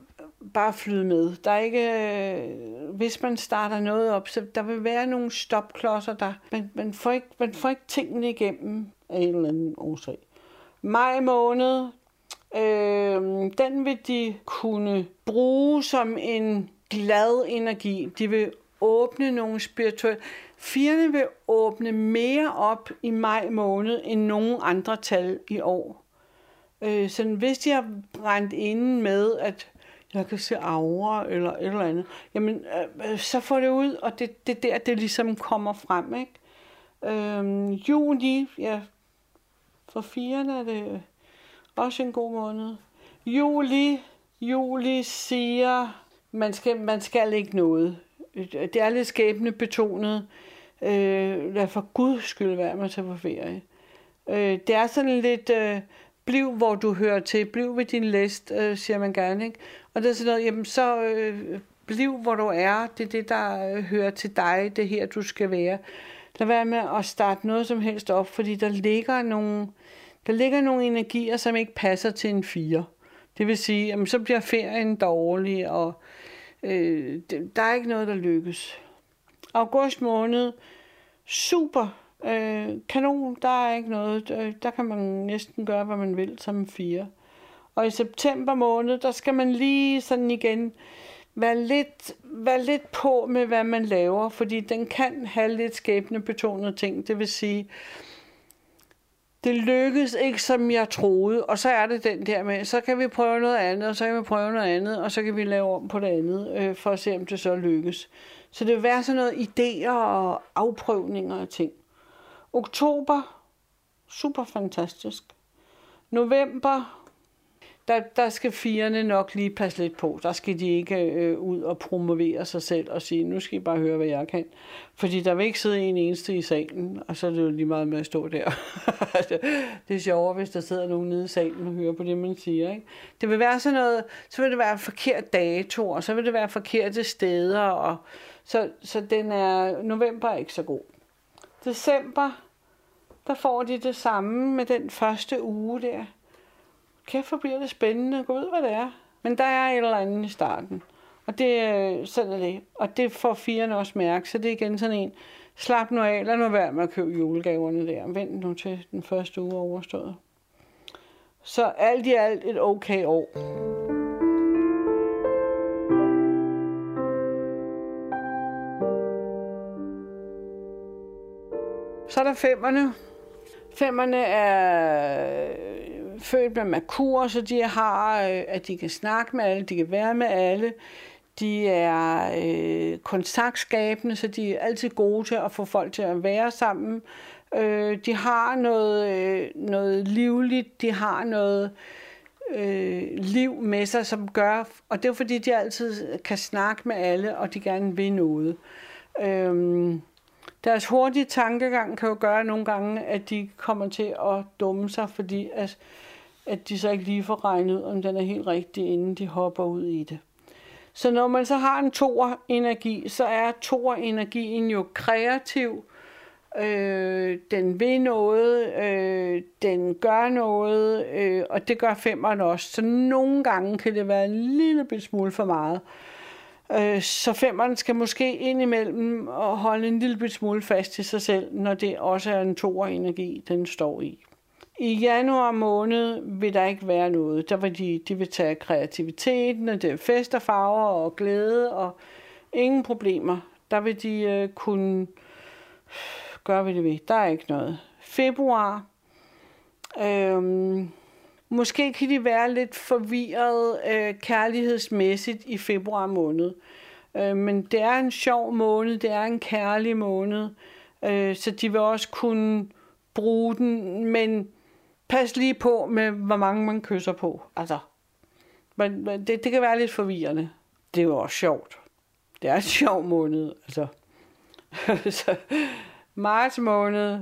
bare flyde med. Der er ikke, hvis man starter noget op, så der vil være nogle stopklodser, der man, man, får ikke, man får ikke tingene igennem af en eller anden årsag. Maj måned, øh, den vil de kunne bruge som en glad energi. De vil åbne nogle spirituelle. Firene vil åbne mere op i maj måned end nogen andre tal i år. Øh, så hvis de har brændt inde med, at jeg kan se aura eller et eller andet, jamen øh, så får det ud, og det, det der, det ligesom kommer frem, ikke? Øh, juni, ja, for firene er det også en god måned. Juli, juli siger, man skal, man skal ikke noget. Det er lidt skæbnebetonet. Øh, lad for guds skyld være med at tage på ferie. Øh, det er sådan lidt, øh, bliv hvor du hører til, bliv ved din læst, øh, siger man gerne, ikke? Og det er sådan noget, jamen så øh, bliv hvor du er, det er det, der øh, hører til dig, det her du skal være. Lad være med at starte noget som helst op, fordi der ligger nogle, der ligger nogle energier, som ikke passer til en fire. Det vil sige, jamen så bliver ferien dårlig, og øh, det, der er ikke noget, der lykkes. August måned, super, øh, kanon, der er ikke noget, der, der kan man næsten gøre, hvad man vil som en fire. Og i september måned, der skal man lige sådan igen være lidt, være lidt på med, hvad man laver, fordi den kan have lidt skæbnebetonede ting. Det vil sige, det lykkes ikke, som jeg troede, og så er det den der med, så kan vi prøve noget andet, og så kan vi prøve noget andet, og så kan vi lave om på det andet, øh, for at se, om det så lykkes. Så det vil være sådan noget idéer og afprøvninger af ting. Oktober, super fantastisk. November, der, der skal firerne nok lige passe lidt på. Der skal de ikke øh, ud og promovere sig selv og sige, nu skal I bare høre, hvad jeg kan. Fordi der vil ikke sidde en eneste i salen, og så er det jo lige meget med at stå der. Det er sjovere, hvis der sidder nogen nede i salen og hører på det, man siger, ikke? Det vil være sådan noget, så vil det være forkert datoer, så vil det være forkerte steder, og så, så den er, november er ikke så god. December, der får de det samme med den første uge der. Kæft, hvor bliver det spændende. Gå ud, hvad det er. Men der er et eller andet i starten. Og det, sådan er det. Og det får firerne også mærke. Så det er igen sådan en, slap nu af, lad nu være med at købe julegaverne der. Vent nu til den første uge overstået. Så alt i alt et okay år. Så er der femmerne. Femmerne er født med Merkur, så de har, at de kan snakke med alle, de kan være med alle. De er øh, kontaktskabende, så de er altid gode til at få folk til at være sammen. Øh, de har noget, øh, noget livligt, de har noget øh, liv med sig, som gør, og det er fordi, de altid kan snakke med alle, og de gerne vil noget. Øh, Deres hurtige tankegang kan jo gøre nogle gange, at de kommer til at dumme sig, fordi at, at de så ikke lige får regnet ud, om den er helt rigtig, inden de hopper ud i det. Så når man så har en toer-energi, så er toer-energien jo kreativ. Øh, den vil noget, øh, den gør noget, øh, og det gør femmeren også. Så nogle gange kan det være en lille smule for meget. Så femmeren skal måske indimellem og holde en lille smule fast i sig selv, når det også er en toer-energi, den står i. I januar måned vil der ikke være noget. Der vil de, de vil tage kreativiteten, og det er fest og farver og glæde og ingen problemer. Der vil de øh, kunne gøre, hvad de vil. Der er ikke noget. Februar. Øhm, Måske kan de være lidt forvirret øh, kærlighedsmæssigt i februar måned. Øh, men det er en sjov måned, det er en kærlig måned, øh, så de vil også kunne bruge den, men pas lige på med, hvor mange man kysser på. Altså, men, men det, det kan være lidt forvirrende. Det er jo også sjovt. Det er en sjov måned, altså. Så, marts måned,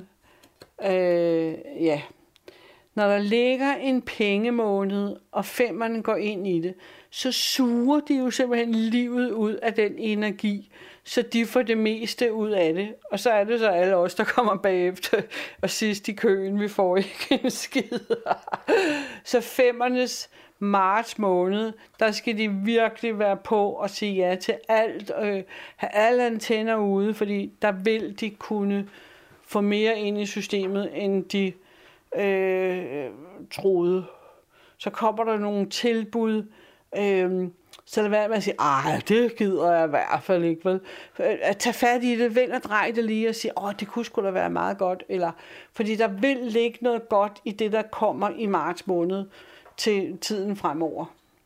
øh, ja... Når der ligger en pengemåned, og femmerne går ind i det, så suger de jo simpelthen livet ud af den energi, så de får det meste ud af det. Og så er det så alle os, der kommer bagefter og sidst i køen, vi får ikke en skid. Så femmernes marts måned, der skal de virkelig være på og sige ja til alt, øh, have alle antenner ude, fordi der vil de kunne få mere ind i systemet, end de øh, troede. Så kommer der nogle tilbud, øh, så lad være med at sige, ej, det gider jeg i hvert fald ikke, vel? At tage fat i det, vend og drej det lige og sige, åh, det kunne sgu da være meget godt, eller, fordi der vil ligge noget godt i det, der kommer i marts måned til tiden fremover.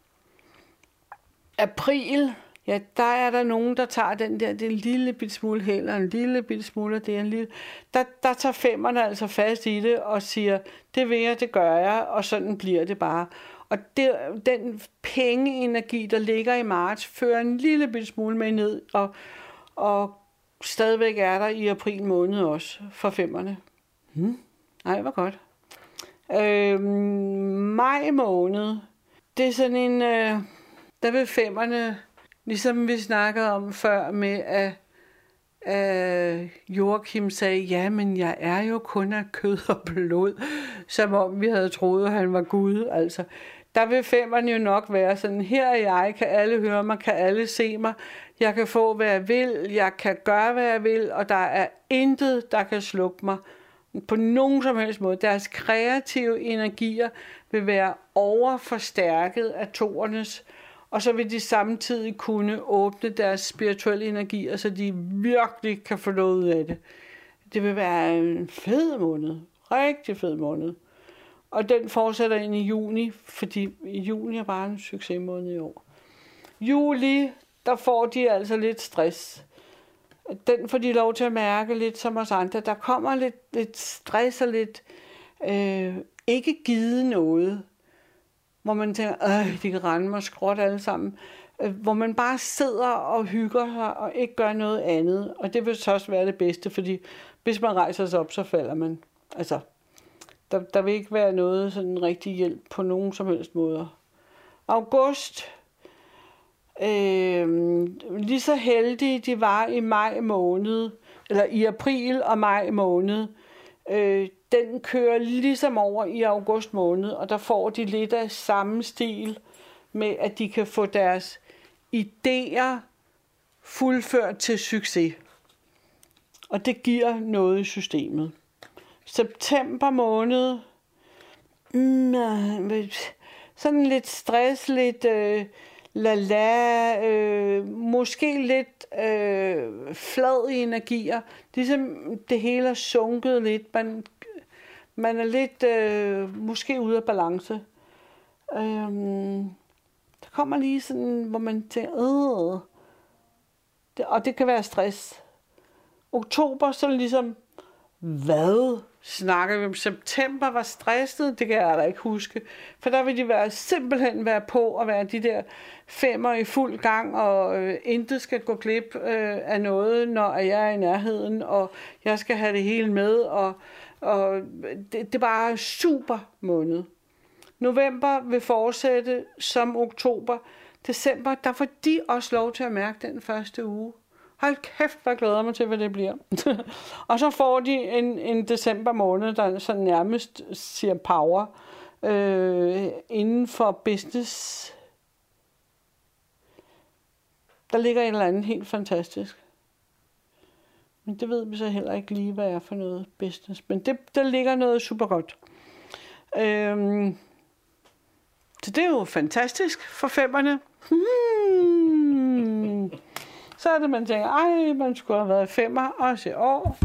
April, ja, der er der nogen, der tager den der, det er en lille bitte smule held, og en lille bitte smule, det er en lille, der, der tager femmerne altså fast i det, og siger, det vil jeg, det gør jeg, og sådan bliver det bare. Og det, den pengeenergi, der ligger i marts, fører en lille bitte smule med ned, og, og stadigvæk er der i april måned også for femmerne. Hmm. Ej, hvor godt. Øh, maj måned, det er sådan en, øh, der vil femmerne, ligesom vi snakkede om før med, at øh, Joachim sagde, ja, men jeg er jo kun af kød og blod, som om vi havde troet, at han var Gud, altså. Der vil femmerne jo nok være sådan, her er jeg, kan alle høre mig, kan alle se mig, jeg kan få, hvad jeg vil, jeg kan gøre, hvad jeg vil, og der er intet, der kan slukke mig på nogen som helst måde. Deres kreative energier vil være overforstærket af toernes, og så vil de samtidig kunne åbne deres spirituelle energier, så de virkelig kan få noget ud af det. Det vil være en fed måned, rigtig fed måned. Og den fortsætter ind i juni, fordi juni er bare en succesmåned i år. Juli, der får de altså lidt stress. Den får de lov til at mærke lidt som os andre. Der kommer lidt, lidt stress og lidt øh, ikke givet noget, hvor man tænker, øh, de kan rende mig skråt alle sammen. Øh, hvor man bare sidder og hygger sig og ikke gør noget andet. Og det vil så også være det bedste, fordi hvis man rejser sig op, så falder man. Altså, der, der vil ikke være noget sådan rigtig hjælp på nogen som helst måder. August. Øh, lige så heldige de var i maj måned, eller i april og maj måned, øh, den kører ligesom over i august måned, og der får de lidt af samme stil med, at de kan få deres idéer fuldført til succes. Og det giver noget i systemet. September måned, mm, sådan lidt stress, lidt øh, la-la, øh, måske lidt øh, flad i energier. Ligesom det hele er sunket lidt. Man, man er lidt øh, måske ude af balance. Øh, der kommer lige sådan, hvor man tænker, øh, det, og det kan være stress. Oktober, så ligesom, hvad snakker vi om? September var stresset, det kan jeg da ikke huske. For der vil de være, simpelthen være på og være de der femmer i fuld gang, og øh, intet skal gå glip øh, af noget, når jeg er i nærheden, og jeg skal have det hele med, og, og det, det er bare super måned. November vil fortsætte som oktober. December, der får de også lov til at mærke den første uge. Hold kæft, hvor glæder mig til, hvad det bliver. Og så får de en, en december måned, der så nærmest siger power øh, inden for business. Der ligger et eller andet helt fantastisk. Men det ved vi så heller ikke lige, hvad er for noget business. Men det, der ligger noget super godt. Øh, så det er jo fantastisk for femmerne. Hmm. Så er det, man tænker, ej, man skulle have været femmer, også i år.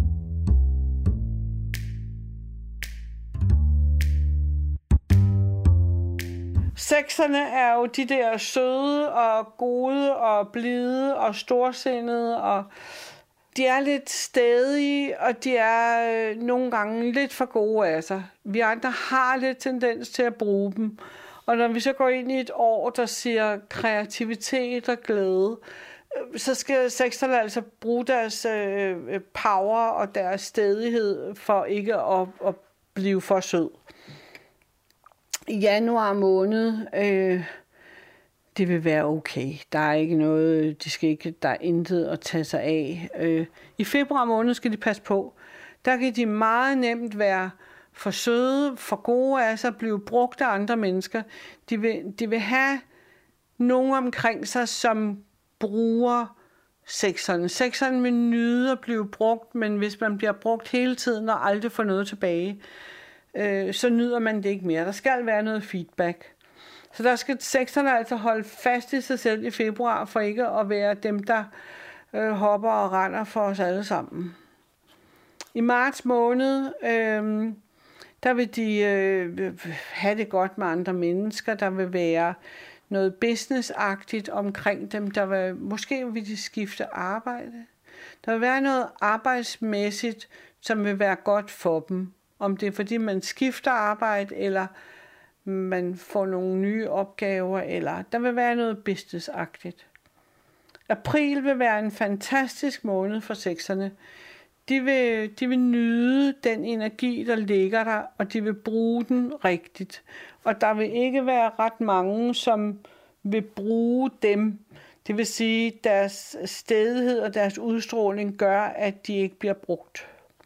Sekserne er jo de der søde og gode og blide og storsindede, og de er lidt stædige, og de er øh, nogle gange lidt for gode af sig. Vi andre har lidt tendens til at bruge dem. Og når vi så går ind i et år, der siger kreativitet og glæde, så skal sekserne altså bruge deres øh, power og deres stædighed for ikke at, at blive for sød. I januar måned, øh, det vil være okay. Der er ikke noget, de skal ikke, der er intet at tage sig af. Øh, I februar måned skal de passe på. Der kan de meget nemt være for søde, for gode af sig, at blive brugt af andre mennesker. De vil, de vil have nogen omkring sig, som bruger sekseren. Sekseren vil nyde at blive brugt, men hvis man bliver brugt hele tiden og aldrig får noget tilbage, øh, så nyder man det ikke mere. Der skal være noget feedback. Så der skal sekserne altså holde fast i sig selv i februar, for ikke at være dem, der øh, hopper og render for os alle sammen. I marts måned, øh, der vil de øh, have det godt med andre mennesker. Der vil være noget businessagtigt omkring dem. Der vil, måske vil de skifte arbejde. Der vil være noget arbejdsmæssigt, som vil være godt for dem. Om det er fordi man skifter arbejde, eller man får nogle nye opgaver, eller der vil være noget businessagtigt. April vil være en fantastisk måned for sekserne. De vil, de vil nyde den energi, der ligger der, og de vil bruge den rigtigt. Og der vil ikke være ret mange, som vil bruge dem. Det vil sige, at deres stædighed og deres udstråling gør, at de ikke bliver brugt.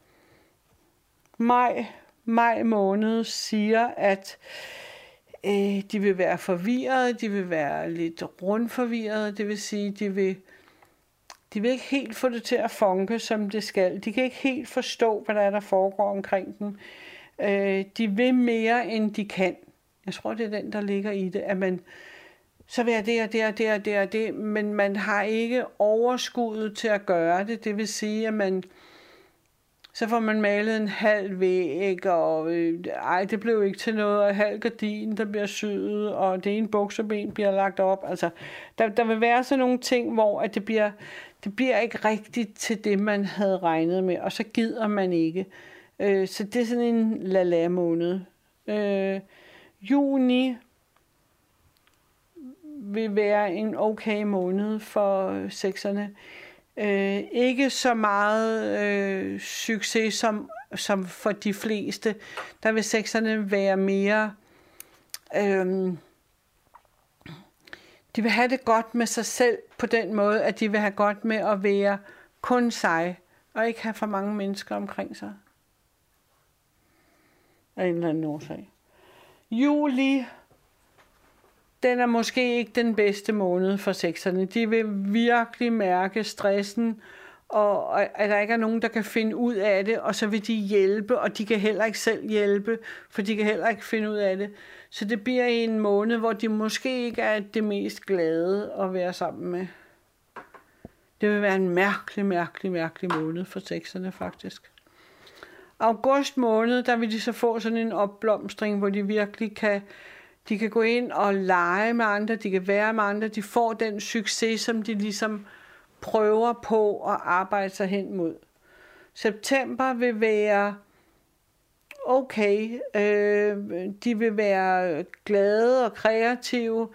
Maj, maj måned siger, at øh, de vil være forvirrede, de vil være lidt rundforvirrede, det vil sige, de vil De vil ikke helt få det til at funke, som det skal. De kan ikke helt forstå, hvad der er, der foregår omkring dem. Øh, de vil mere, end de kan. Jeg tror, det er den, der ligger i det, at man så vil jeg det og det og det og det og det, men man har ikke overskuddet til at gøre det. Det vil sige, at man så får man malet en halv væg, og øh, ej, det blev ikke til noget, og halv gardin, der bliver syet, og det ene bukseben bliver lagt op. Altså, der, der vil være sådan nogle ting, hvor at det bliver det bliver ikke rigtigt til det, man havde regnet med, og så gider man ikke. Øh, så det er sådan en la-la-måned. Øh, juni vil være en okay måned for sekserne. Øh, ikke så meget øh, succes som, som for de fleste. Der vil sekserne være mere... Øh, de vil have det godt med sig selv på den måde, at de vil have godt med at være kun sig, og ikke have for mange mennesker omkring sig. Af en eller anden årsag. Juli, den er måske ikke den bedste måned for sekserne. De vil virkelig mærke stressen, og at der ikke er nogen, der kan finde ud af det, og så vil de hjælpe, og de kan heller ikke selv hjælpe, for de kan heller ikke finde ud af det. Så det bliver en måned, hvor de måske ikke er det mest glade at være sammen med. Det vil være en mærkelig, mærkelig, mærkelig måned for sekserne faktisk. August måned, der vil de så få sådan en opblomstring, hvor de virkelig kan, de kan gå ind og lege med andre, de kan være med andre, de får den succes, som de ligesom prøver på at arbejde sig hen mod. September vil være okay. Øh, de vil være glade og kreative.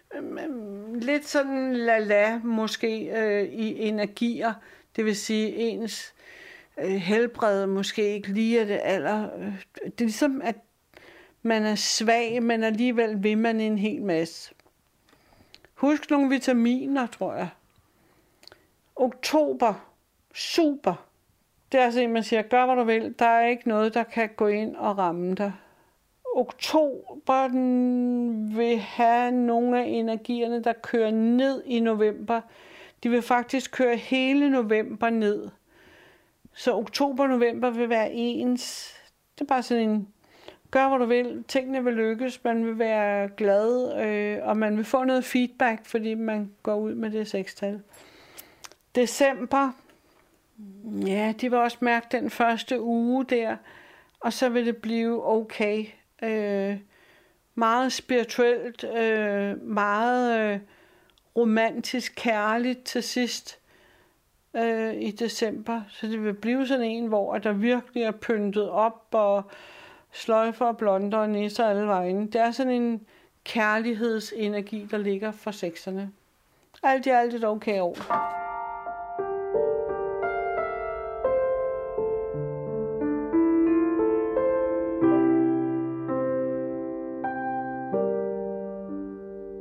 Lidt sådan la-la måske øh, i energier. Det vil sige, ens øh, helbred måske ikke lige er det aller... Øh, det er ligesom, at man er svag, men alligevel vil man en hel masse. Husk nogle vitaminer, tror jeg. Oktober. Super. Det er altså en, man siger, gør hvad du vil. Der er ikke noget, der kan gå ind og ramme dig. Oktober vil have nogle af energierne, der kører ned i november. De vil faktisk køre hele november ned. Så oktober og november vil være ens. Det er bare sådan en, gør hvad du vil. Tingene vil lykkes. Man vil være glad, øh, og man vil få noget feedback, fordi man går ud med det sekstal. December. Ja, de vil også mærke den første uge der, og så vil det blive okay. Øh, meget spirituelt, øh, meget øh, romantisk, kærligt til sidst øh, i december. Så det vil blive sådan en, hvor der virkelig er pyntet op, og sløjfer og blonder og nisser alle vejen. Det er sådan en kærlighedsenergi, der ligger for sekserne. Alt i alt et okay år.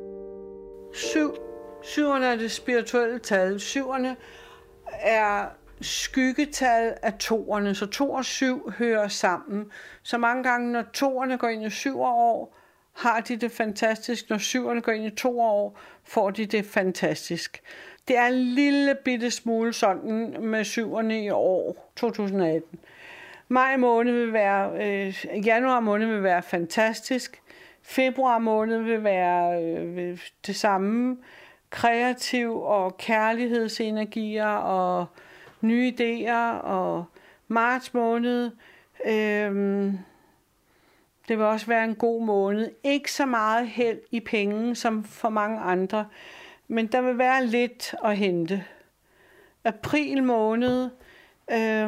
Syv. Syverne er det spirituelle tal. Syverne er skyggetal af toerne, så to og syv hører sammen. Så mange gange, når toerne går ind i syv år, har de det fantastisk. Når syverne går ind i to år, får de det fantastisk. Det er en lille bitte smule sådan med syverne i år, to tusind atten. Maj måned vil være, øh, januar måned vil være fantastisk. Februar måned vil være øh, det samme. Kreativ og kærlighedsenergier og nye idéer. Og marts måned, øh, det vil også være en god måned. Ikke så meget held i penge som for mange andre, men der vil være lidt at hente. April måned, øh,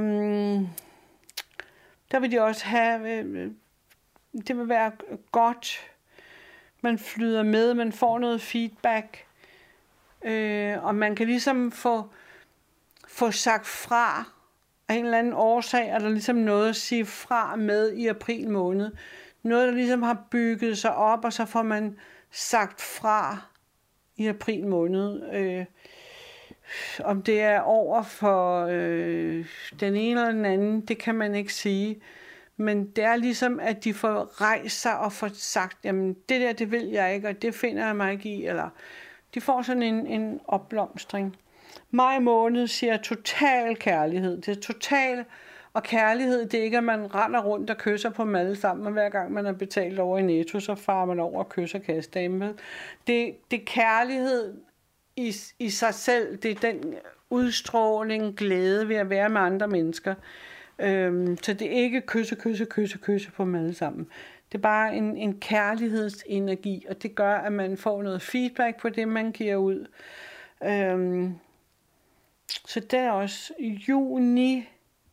der vil de også have, øh, det vil være godt. Man flyder med, man får noget feedback, øh, og man kan ligesom få, få sagt fra. Af en eller anden årsag er der ligesom noget at sige fra med i april måned. Noget, der ligesom har bygget sig op, og så får man sagt fra i april måned. Øh, om det er over for øh, den ene eller den anden, det kan man ikke sige. Men det er ligesom, at de får rejst sig og får sagt, jamen det der, det vil jeg ikke, og det finder jeg mig ikke i. Eller de får sådan en, en opblomstring. Maj måned siger total kærlighed. Det er total, og kærlighed, det er ikke, at man render rundt og kysser på dem alle sammen, og hver gang man er betalt over i Netto, så farer man over og kysser kassedamen. Det, det er kærlighed i, i sig selv. Det er den udstråling, glæde ved at være med andre mennesker. Øhm, så det er ikke kysse, kysse, kysse, kysse på dem alle sammen. Det er bare en, en kærlighedsenergi, og det gør, at man får noget feedback på det, man giver ud. Øhm, så det er også juni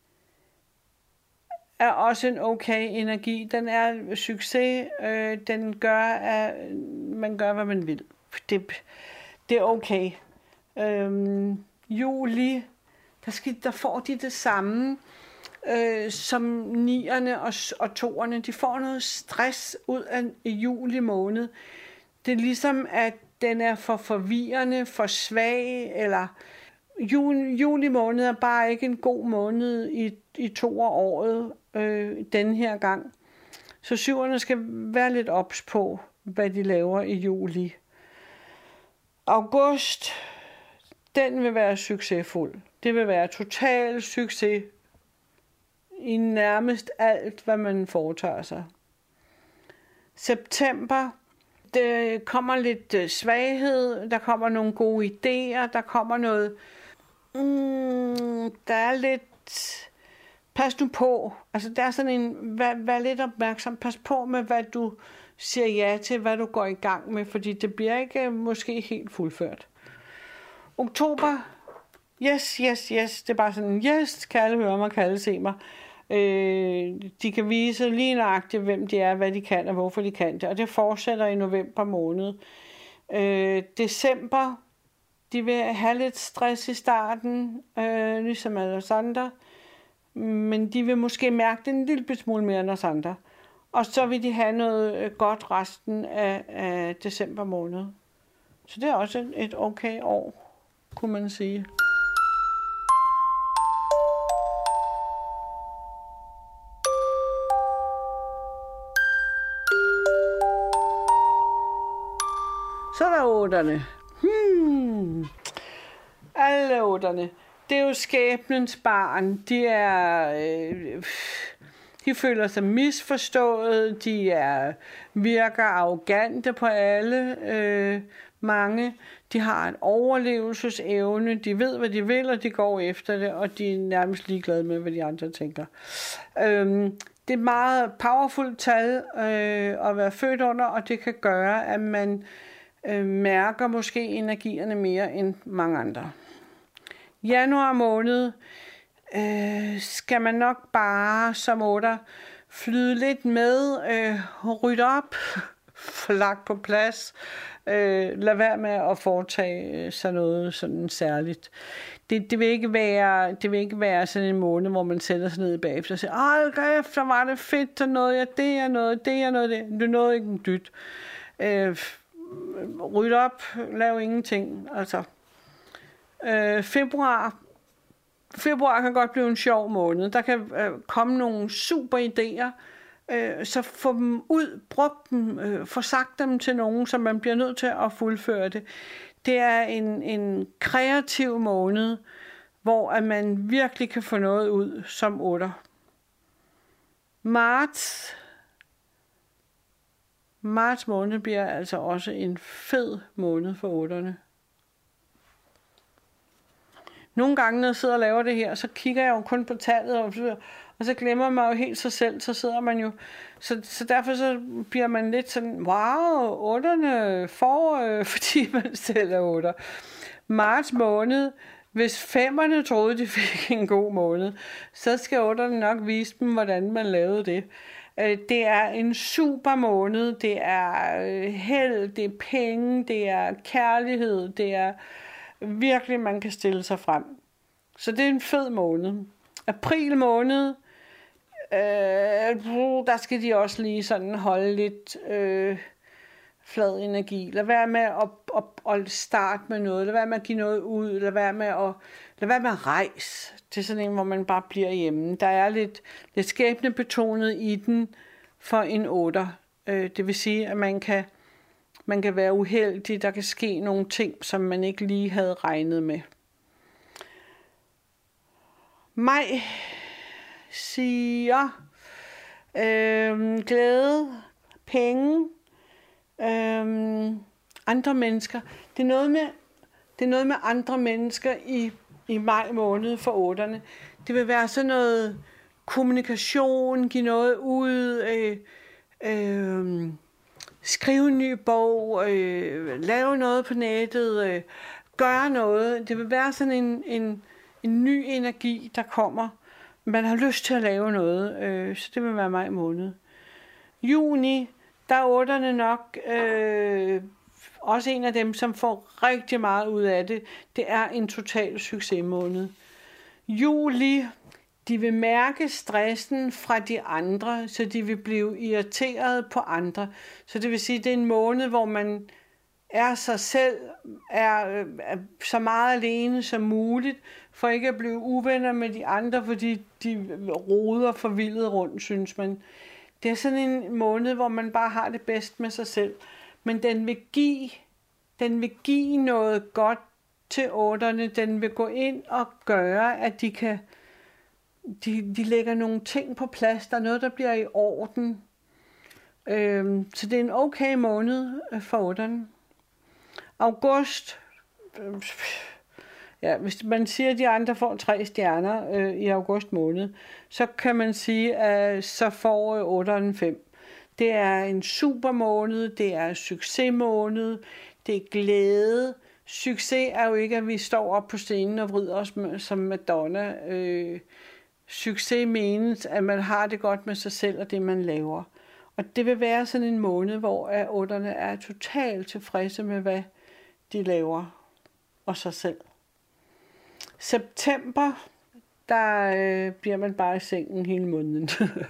er også en okay energi. Den er succes. Øh, den gør, at man gør, hvad man vil. Det, det er okay. Øhm, juli, der, skal, der får de det samme øh, som nierne og, og toerne. De får noget stress ud af juli måned. Det er ligesom, at den er for forvirrende, for svag, eller juli, juli måned er bare ikke en god måned i, i to år året øh, den her gang. Så syverne skal være lidt ops på, hvad de laver i juli. August, den vil være succesfuld. Det vil være total succes i nærmest alt, hvad man foretager sig. September, det kommer lidt svaghed, der kommer nogle gode idéer, der kommer noget, mm, der er lidt, pas nu på, altså der er sådan en, vær, vær lidt opmærksom, pas på med, hvad du siger ja til, hvad du går i gang med, fordi det bliver ikke måske helt fuldført. Oktober, yes, yes, yes, det er bare sådan, yes, kan alle høre mig, kan alle se mig. Øh, de kan vise lige nøjagtigt, hvem de er, hvad de kan og hvorfor de kan det, og det fortsætter i november måned. Øh, december, de vil have lidt stress i starten, øh, ligesom alle os andre, men de vil måske mærke det en lille smule mere end os andre. Og så vil de have noget godt resten af, af december måned. Så det er også et, et okay år, kunne man sige. Så er der otterne. Hmm. Alle otterne. Det er jo skæbnens barn. De er... Øh, de føler sig misforstået. De er, virker arrogante på alle. Øh, mange. De har en overlevelsesevne. De ved, hvad de vil, og de går efter det. Og de er nærmest ligeglade med, hvad de andre tænker. Øh, det er et meget powerful tal øh, at være født under, og det kan gøre, at man øh, mærker måske energierne mere end mange andre. Januar måned øh, skal man nok bare som otter flyde lidt med, øh, rydde op, få lagt på plads, øh, lad være med at foretage sig noget sådan særligt. Det, det, vil ikke være, det vil ikke være sådan en måned, hvor man sætter sig ned bagefter og siger, ej, efter var det fedt, så nåede jeg det, jeg nåede det, jeg nåede det. Du nåede ikke en dyt. Øh, rydde op, lav ingenting, altså. Øh, februar, februar kan godt blive en sjov måned. Der kan øh, komme nogle super idéer, øh, så få dem ud, brug dem, øh, få sagt dem til nogen, så man bliver nødt til at fuldføre det. Det er en, en kreativ måned, hvor at man virkelig kan få noget ud som otter. Marts. Marts måned bliver altså også en fed måned for otterne. Nogle gange, når jeg sidder og laver det her, så kigger jeg jo kun på tallet, og, og så glemmer man jo helt sig selv, så sidder man jo... Så, så derfor så bliver man lidt sådan, wow, otterne får, øh, fordi man selv er otter. Marts måned, hvis femmerne troede, de fik en god måned, så skal otterne nok vise dem, hvordan man lavede det. Det er en super måned, det er held, det er penge, det er kærlighed, det er virkelig, man kan stille sig frem. Så det er en fed måned. April måned, øh, der skal de også lige sådan holde lidt øh, flad energi. Lad være med at, at, at starte med noget, lad være med at give noget ud, lad være med at, lad være med at rejse. Det er sådan en, hvor man bare bliver hjemme. Der er lidt, lidt skæbnebetonet i den for en otter. Øh, det vil sige, at man kan Man kan være uheldig, der kan ske nogle ting, som man ikke lige havde regnet med. Maj siger øh, glæde, penge, øh, andre mennesker. Det er noget med, det er noget med andre mennesker i, i maj måned for otterne. Det vil være sådan noget kommunikation, give noget ud, øh, øh, skrive en ny bog, øh, lave noget på nettet, øh, gøre noget. Det vil være sådan en, en, en ny energi, der kommer. Man har lyst til at lave noget, øh, så det vil være maj måned. Juni, der er otterne nok øh, også en af dem, som får rigtig meget ud af det. Det er en total succesmåned. Juli, de vil mærke stressen fra de andre, så de vil blive irriteret på andre. Så det vil sige, at det er en måned, hvor man er sig selv, er, er så meget alene som muligt, for ikke at blive uvenner med de andre, fordi de roder forvildet rundt, synes man. Det er sådan en måned, hvor man bare har det bedst med sig selv. Men den vil give, den vil give noget godt til otterne. Den vil gå ind og gøre, at de kan De, de lægger nogle ting på plads. Der er noget, der bliver i orden. Øhm, så det er en okay måned for otterne. August. Øh, ja, hvis man siger, at de andre får tre stjerner øh, i august måned, så kan man sige, at så får øh, otterne fem. Det er en super måned. Det er en succesmåned. Det er glæde. Succes er jo ikke, at vi står op på scenen og vrider os med, som Madonna. Øh, Succes menes, at man har det godt med sig selv og det, man laver. Og det vil være sådan en måned, hvor otterne er totalt tilfredse med, hvad de laver og sig selv. September, der øh, bliver man bare i sengen hele måneden.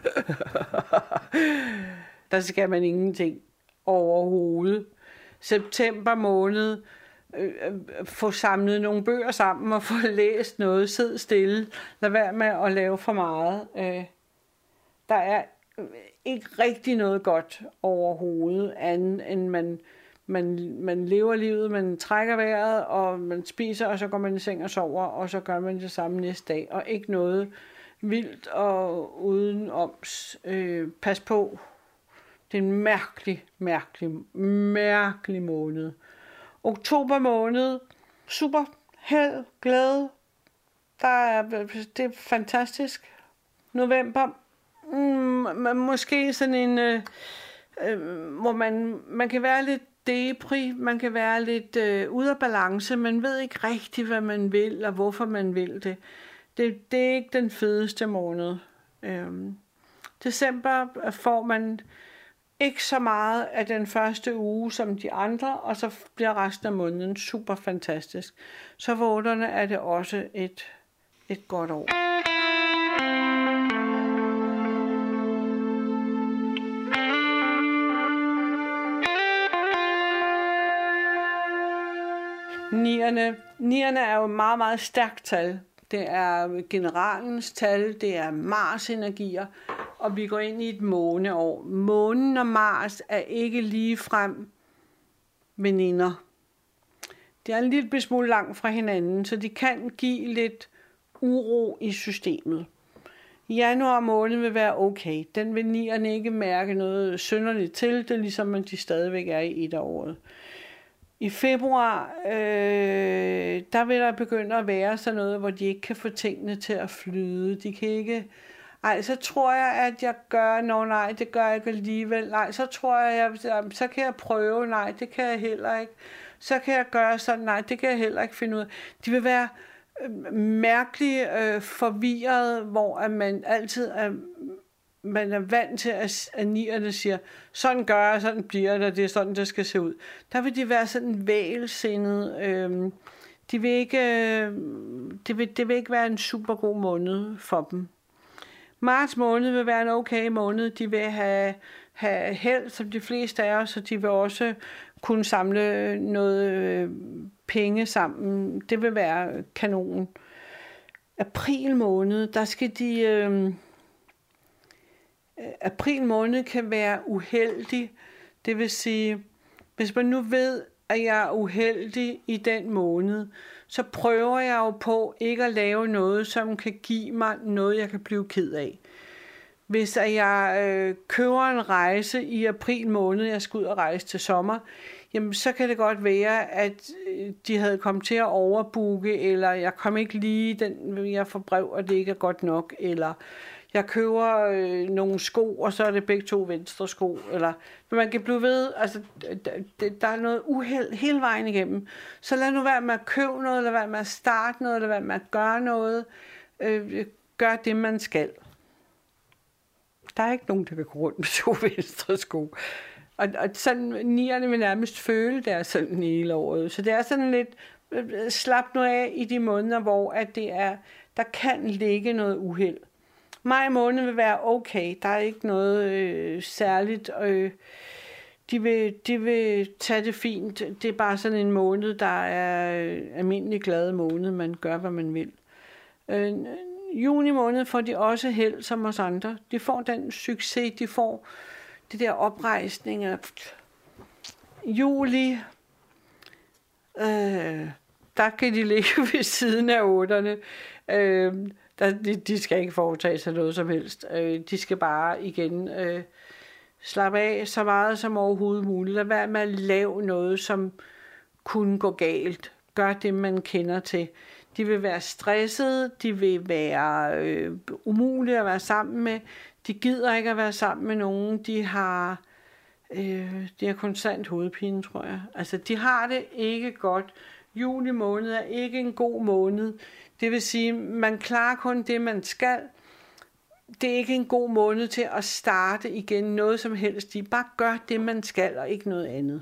Der skal man ingenting overhovedet. September måned, få samlet nogle bøger sammen og få læst noget, sid stille, lad være med at lave for meget. Der er ikke rigtig noget godt overhovedet, andet end man, man, man lever livet, man trækker vejret, og man spiser, og så går man i seng og sover, og så gør man det samme næste dag, og ikke noget vildt og udenoms. Øh, pas på. Det er en mærkelig, mærkelig, mærkelig måned. Oktober måned, super, held, glæde, der er, det er fantastisk. November, mm, måske sådan en, øh, øh, hvor man, man kan være lidt depri, man kan være lidt øh, ude af balance, man ved ikke rigtigt, hvad man vil, og hvorfor man vil det. Det, det er ikke den fedeste måned. Øh, december får man ikke så meget af den første uge som de andre, og så bliver resten af måneden super fantastisk. Så for otterne er det også et, et godt år. Nierne. Nierne er jo et meget, meget stærkt tal. det er generalens tal, det er Mars-energier, og vi går ind i et måneår. Månen og Mars er ikke ligefrem veninder. Det er en lille smule langt fra hinanden, så de kan give lidt uro i systemet. Januar måned vil være okay. Den vil nierne ikke mærke noget synderligt til. Det er ligesom, at de stadigvæk er i et af året. I februar, øh, der vil der begynde at være sådan noget, hvor de ikke kan få tingene til at flyde. De kan ikke... Ej, så tror jeg, at jeg gør... Nå, nej, det gør jeg ikke alligevel. Nej, så tror jeg, jeg, så kan jeg prøve. Nej, det kan jeg heller ikke. Så kan jeg gøre sådan. Nej, det kan jeg heller ikke finde ud af. De vil være øh, mærkeligt øh, forvirret, hvor at man altid er... Man er vant til, at, at nierne siger, sådan gør jeg, sådan bliver det, det er sådan, det skal se ud. Der vil de være sådan vægelsindet. Øh, de vil ikke, øh, det, vil, det vil ikke være en super god måned for dem. Marts måned vil være en okay måned. De vil have, have held, som de fleste af os, og de vil også kunne samle noget øh, penge sammen. Det vil være kanon. April måned, der skal de... Øh, April måned kan være uheldig. Det vil sige, hvis man nu ved, at jeg er uheldig i den måned, så prøver jeg jo på ikke at lave noget, som kan give mig noget, jeg kan blive ked af. Hvis jeg øh, køber en rejse i april måned, jeg skal ud og rejse til sommer, jamen så kan det godt være, at de havde kommet til at overbooke, eller jeg kom ikke lige, den jeg får brev, og det ikke er godt nok, eller jeg køber øh, nogle sko, og så er det begge to venstre sko, eller man kan blive ved, altså der, der er noget uheld hele vejen igennem. Så lad nu være med at købe noget, lad være med at starte noget, lad være med at gøre noget. Øh, gør det, man skal. Der er ikke nogen, der kan gå rundt med to venstre sko. Og, og sådan, nierne vil nærmest føle, det er sådan hele året. Så det er sådan lidt, øh, slap nu af i de måneder, hvor at det er, der kan ligge noget uheld. Maj måned vil være okay. Der er ikke noget øh, særligt. Øh, de, vil, de vil tage det fint. Det er bare sådan en måned, der er øh, almindelig glad måned. Man gør, hvad man vil. Øh, juni måned får de også held som os andre. De får den succes, de får det der oprejsning. Juli, øh, der kan de ligge ved siden af otterne. Øh, Der, de, de skal ikke foretage sig noget som helst. Øh, de skal bare igen øh, slappe af så meget som overhovedet muligt. Lad være med at lave noget, som kunne gå galt. Gør det, man kender til. De vil være stressede. De vil være øh, umulige at være sammen med. De gider ikke at være sammen med nogen. De har, øh, de har konstant hovedpine, tror jeg. Altså, de har det ikke godt. Juli måned er ikke en god måned. Det vil sige, man klarer kun det, man skal. Det er ikke en god måned til at starte igen noget som helst. De bare gør det, man skal, og ikke noget andet.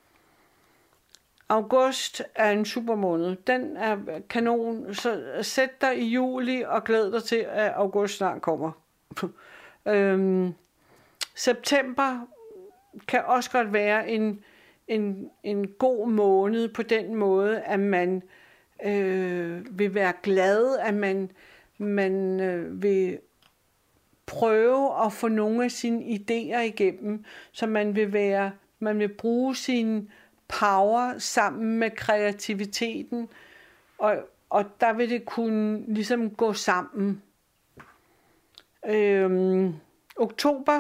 August er en supermåned. Den er kanon. Så sæt dig i juli og glæd dig til, at august snart kommer. øhm, september kan også godt være en, en, en god måned på den måde, at man øh, vil være glad, at man, man øh, vil prøve at få nogle af sine idéer igennem, så man vil være, man vil bruge sin power sammen med kreativiteten, og, og der vil det kunne ligesom gå sammen. Øhm, oktober,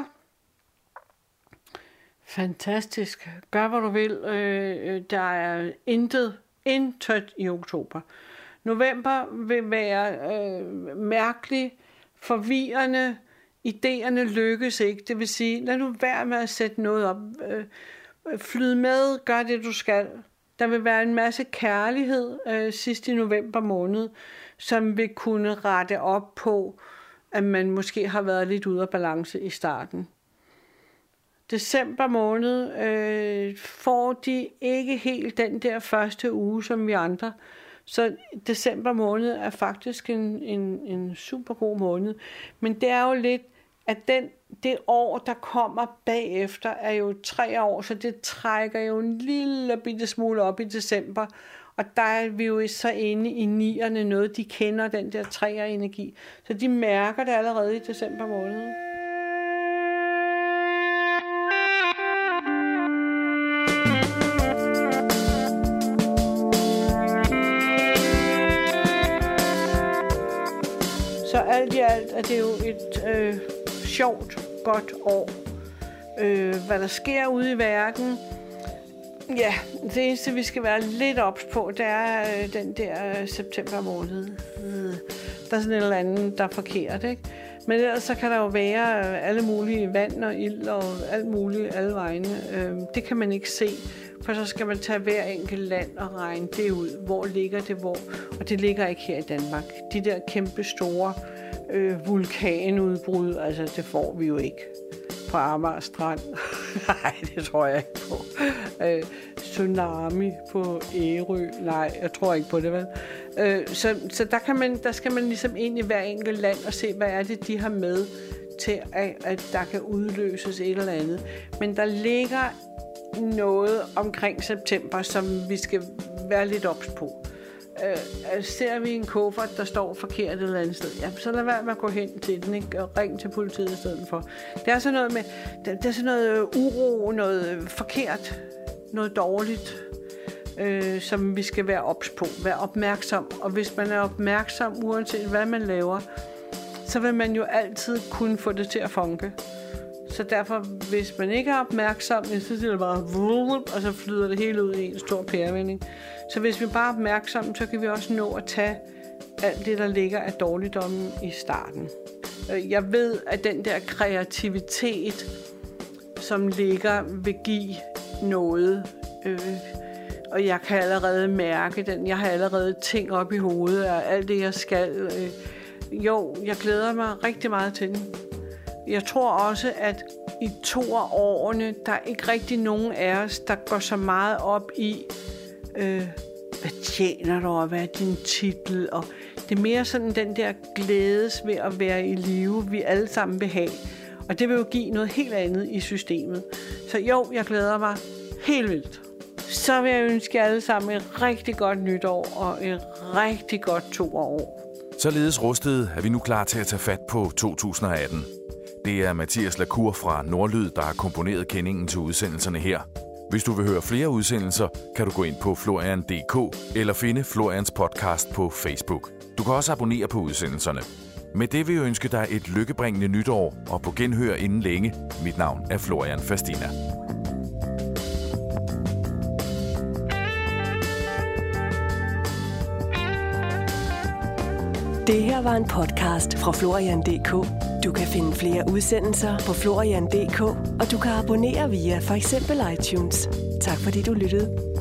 fantastisk. Gør hvad du vil. Øh, der er intet, intet i oktober. November vil være øh, mærkelig, forvirrende. Idéerne lykkes ikke. Det vil sige, lad nu være med at sætte noget op. Øh, flyd med, gør det du skal. Der vil være en masse kærlighed øh, sidst i november måned, som vil kunne rette op på, at man måske har været lidt ude af balance i starten. December måned øh, får de ikke helt den der første uge som vi andre. Så december måned er faktisk en, en, en super god måned. Men det er jo lidt, at den, det år, der kommer bagefter, er jo tre år, så det trækker jo en lille bitte smule op i december. Og der er vi jo så inde i nierne noget, de kender den der træerenergi. Så de mærker det allerede i december måned. Så alt i alt er det jo et øh, sjovt, godt år. Øh, hvad der sker ude i verden, ja, det eneste, vi skal være lidt ops på, det er øh, den der øh, september måned. Øh, der er sådan et eller andet, der er forkert, ikke? Men ellers så kan der jo være øh, alle mulige vand og ild og alt muligt alle vegne. Øh, det kan man ikke se, for så skal man tage hver enkelt land og regne det ud. Hvor ligger det hvor? Og det ligger ikke her i Danmark. De der kæmpe store øh, vulkanudbrud, altså det får vi jo ikke på Amager Strand. Nej, det tror jeg ikke på. Øh, tsunami på Ærø. Nej, jeg tror ikke på det, vel? Øh, så så der, kan man, der skal man ligesom ind i hver enkelt land og se, hvad er det, de har med til, at, at der kan udløses et eller andet. Men der ligger noget omkring september, som vi skal være lidt ops på. Øh, ser vi en kuffert, der står forkert et eller andet sted, ja, så lad være med at gå hen til den, ikke? Og ring til politiet i stedet for. Det er sådan noget med, det er sådan noget uro, noget forkert, noget dårligt, øh, som vi skal være ops på, være opmærksom. Og hvis man er opmærksom, uanset hvad man laver, så vil man jo altid kunne få det til at funke. Så derfor, hvis man ikke er opmærksom, så er det bare og så flyder det hele ud i en stor pærevending. Så hvis vi bare er opmærksomme, så kan vi også nå at tage alt det, der ligger af dårligdommen i starten. Jeg ved, at den der kreativitet, som ligger, vil give noget. Øh, og jeg kan allerede mærke den. Jeg har allerede ting op i hovedet og alt det, jeg skal. Øh, jo, jeg glæder mig rigtig meget til den. Jeg tror også, at i to af årene, der er ikke rigtig nogen af os, der går så meget op i, øh, hvad tjener du, og hvad er din titel? Og det er mere sådan den der glædes ved at være i live, vi alle sammen vil have. Og det vil jo give noget helt andet i systemet. Så jo, jeg glæder mig helt vildt. Så vil jeg ønske jer alle sammen et rigtig godt nytår og et rigtig godt to år. Således rustede er vi nu klar til at tage fat på to tusind og atten. Det er Mathias Lacour fra Nordlyd, der har komponeret kendingen til udsendelserne her. Hvis du vil høre flere udsendelser, kan du gå ind på florian punktum d k eller finde Florians podcast på Facebook. Du kan også abonnere på udsendelserne. Med det vil jeg ønske dig et lykkebringende nytår, og på genhør inden længe. Mit navn er Florian Fastina. Det her var en podcast fra Florian punktum d k. Du kan finde flere udsendelser på florian punktum d k, og du kan abonnere via for eksempel iTunes. Tak fordi du lyttede.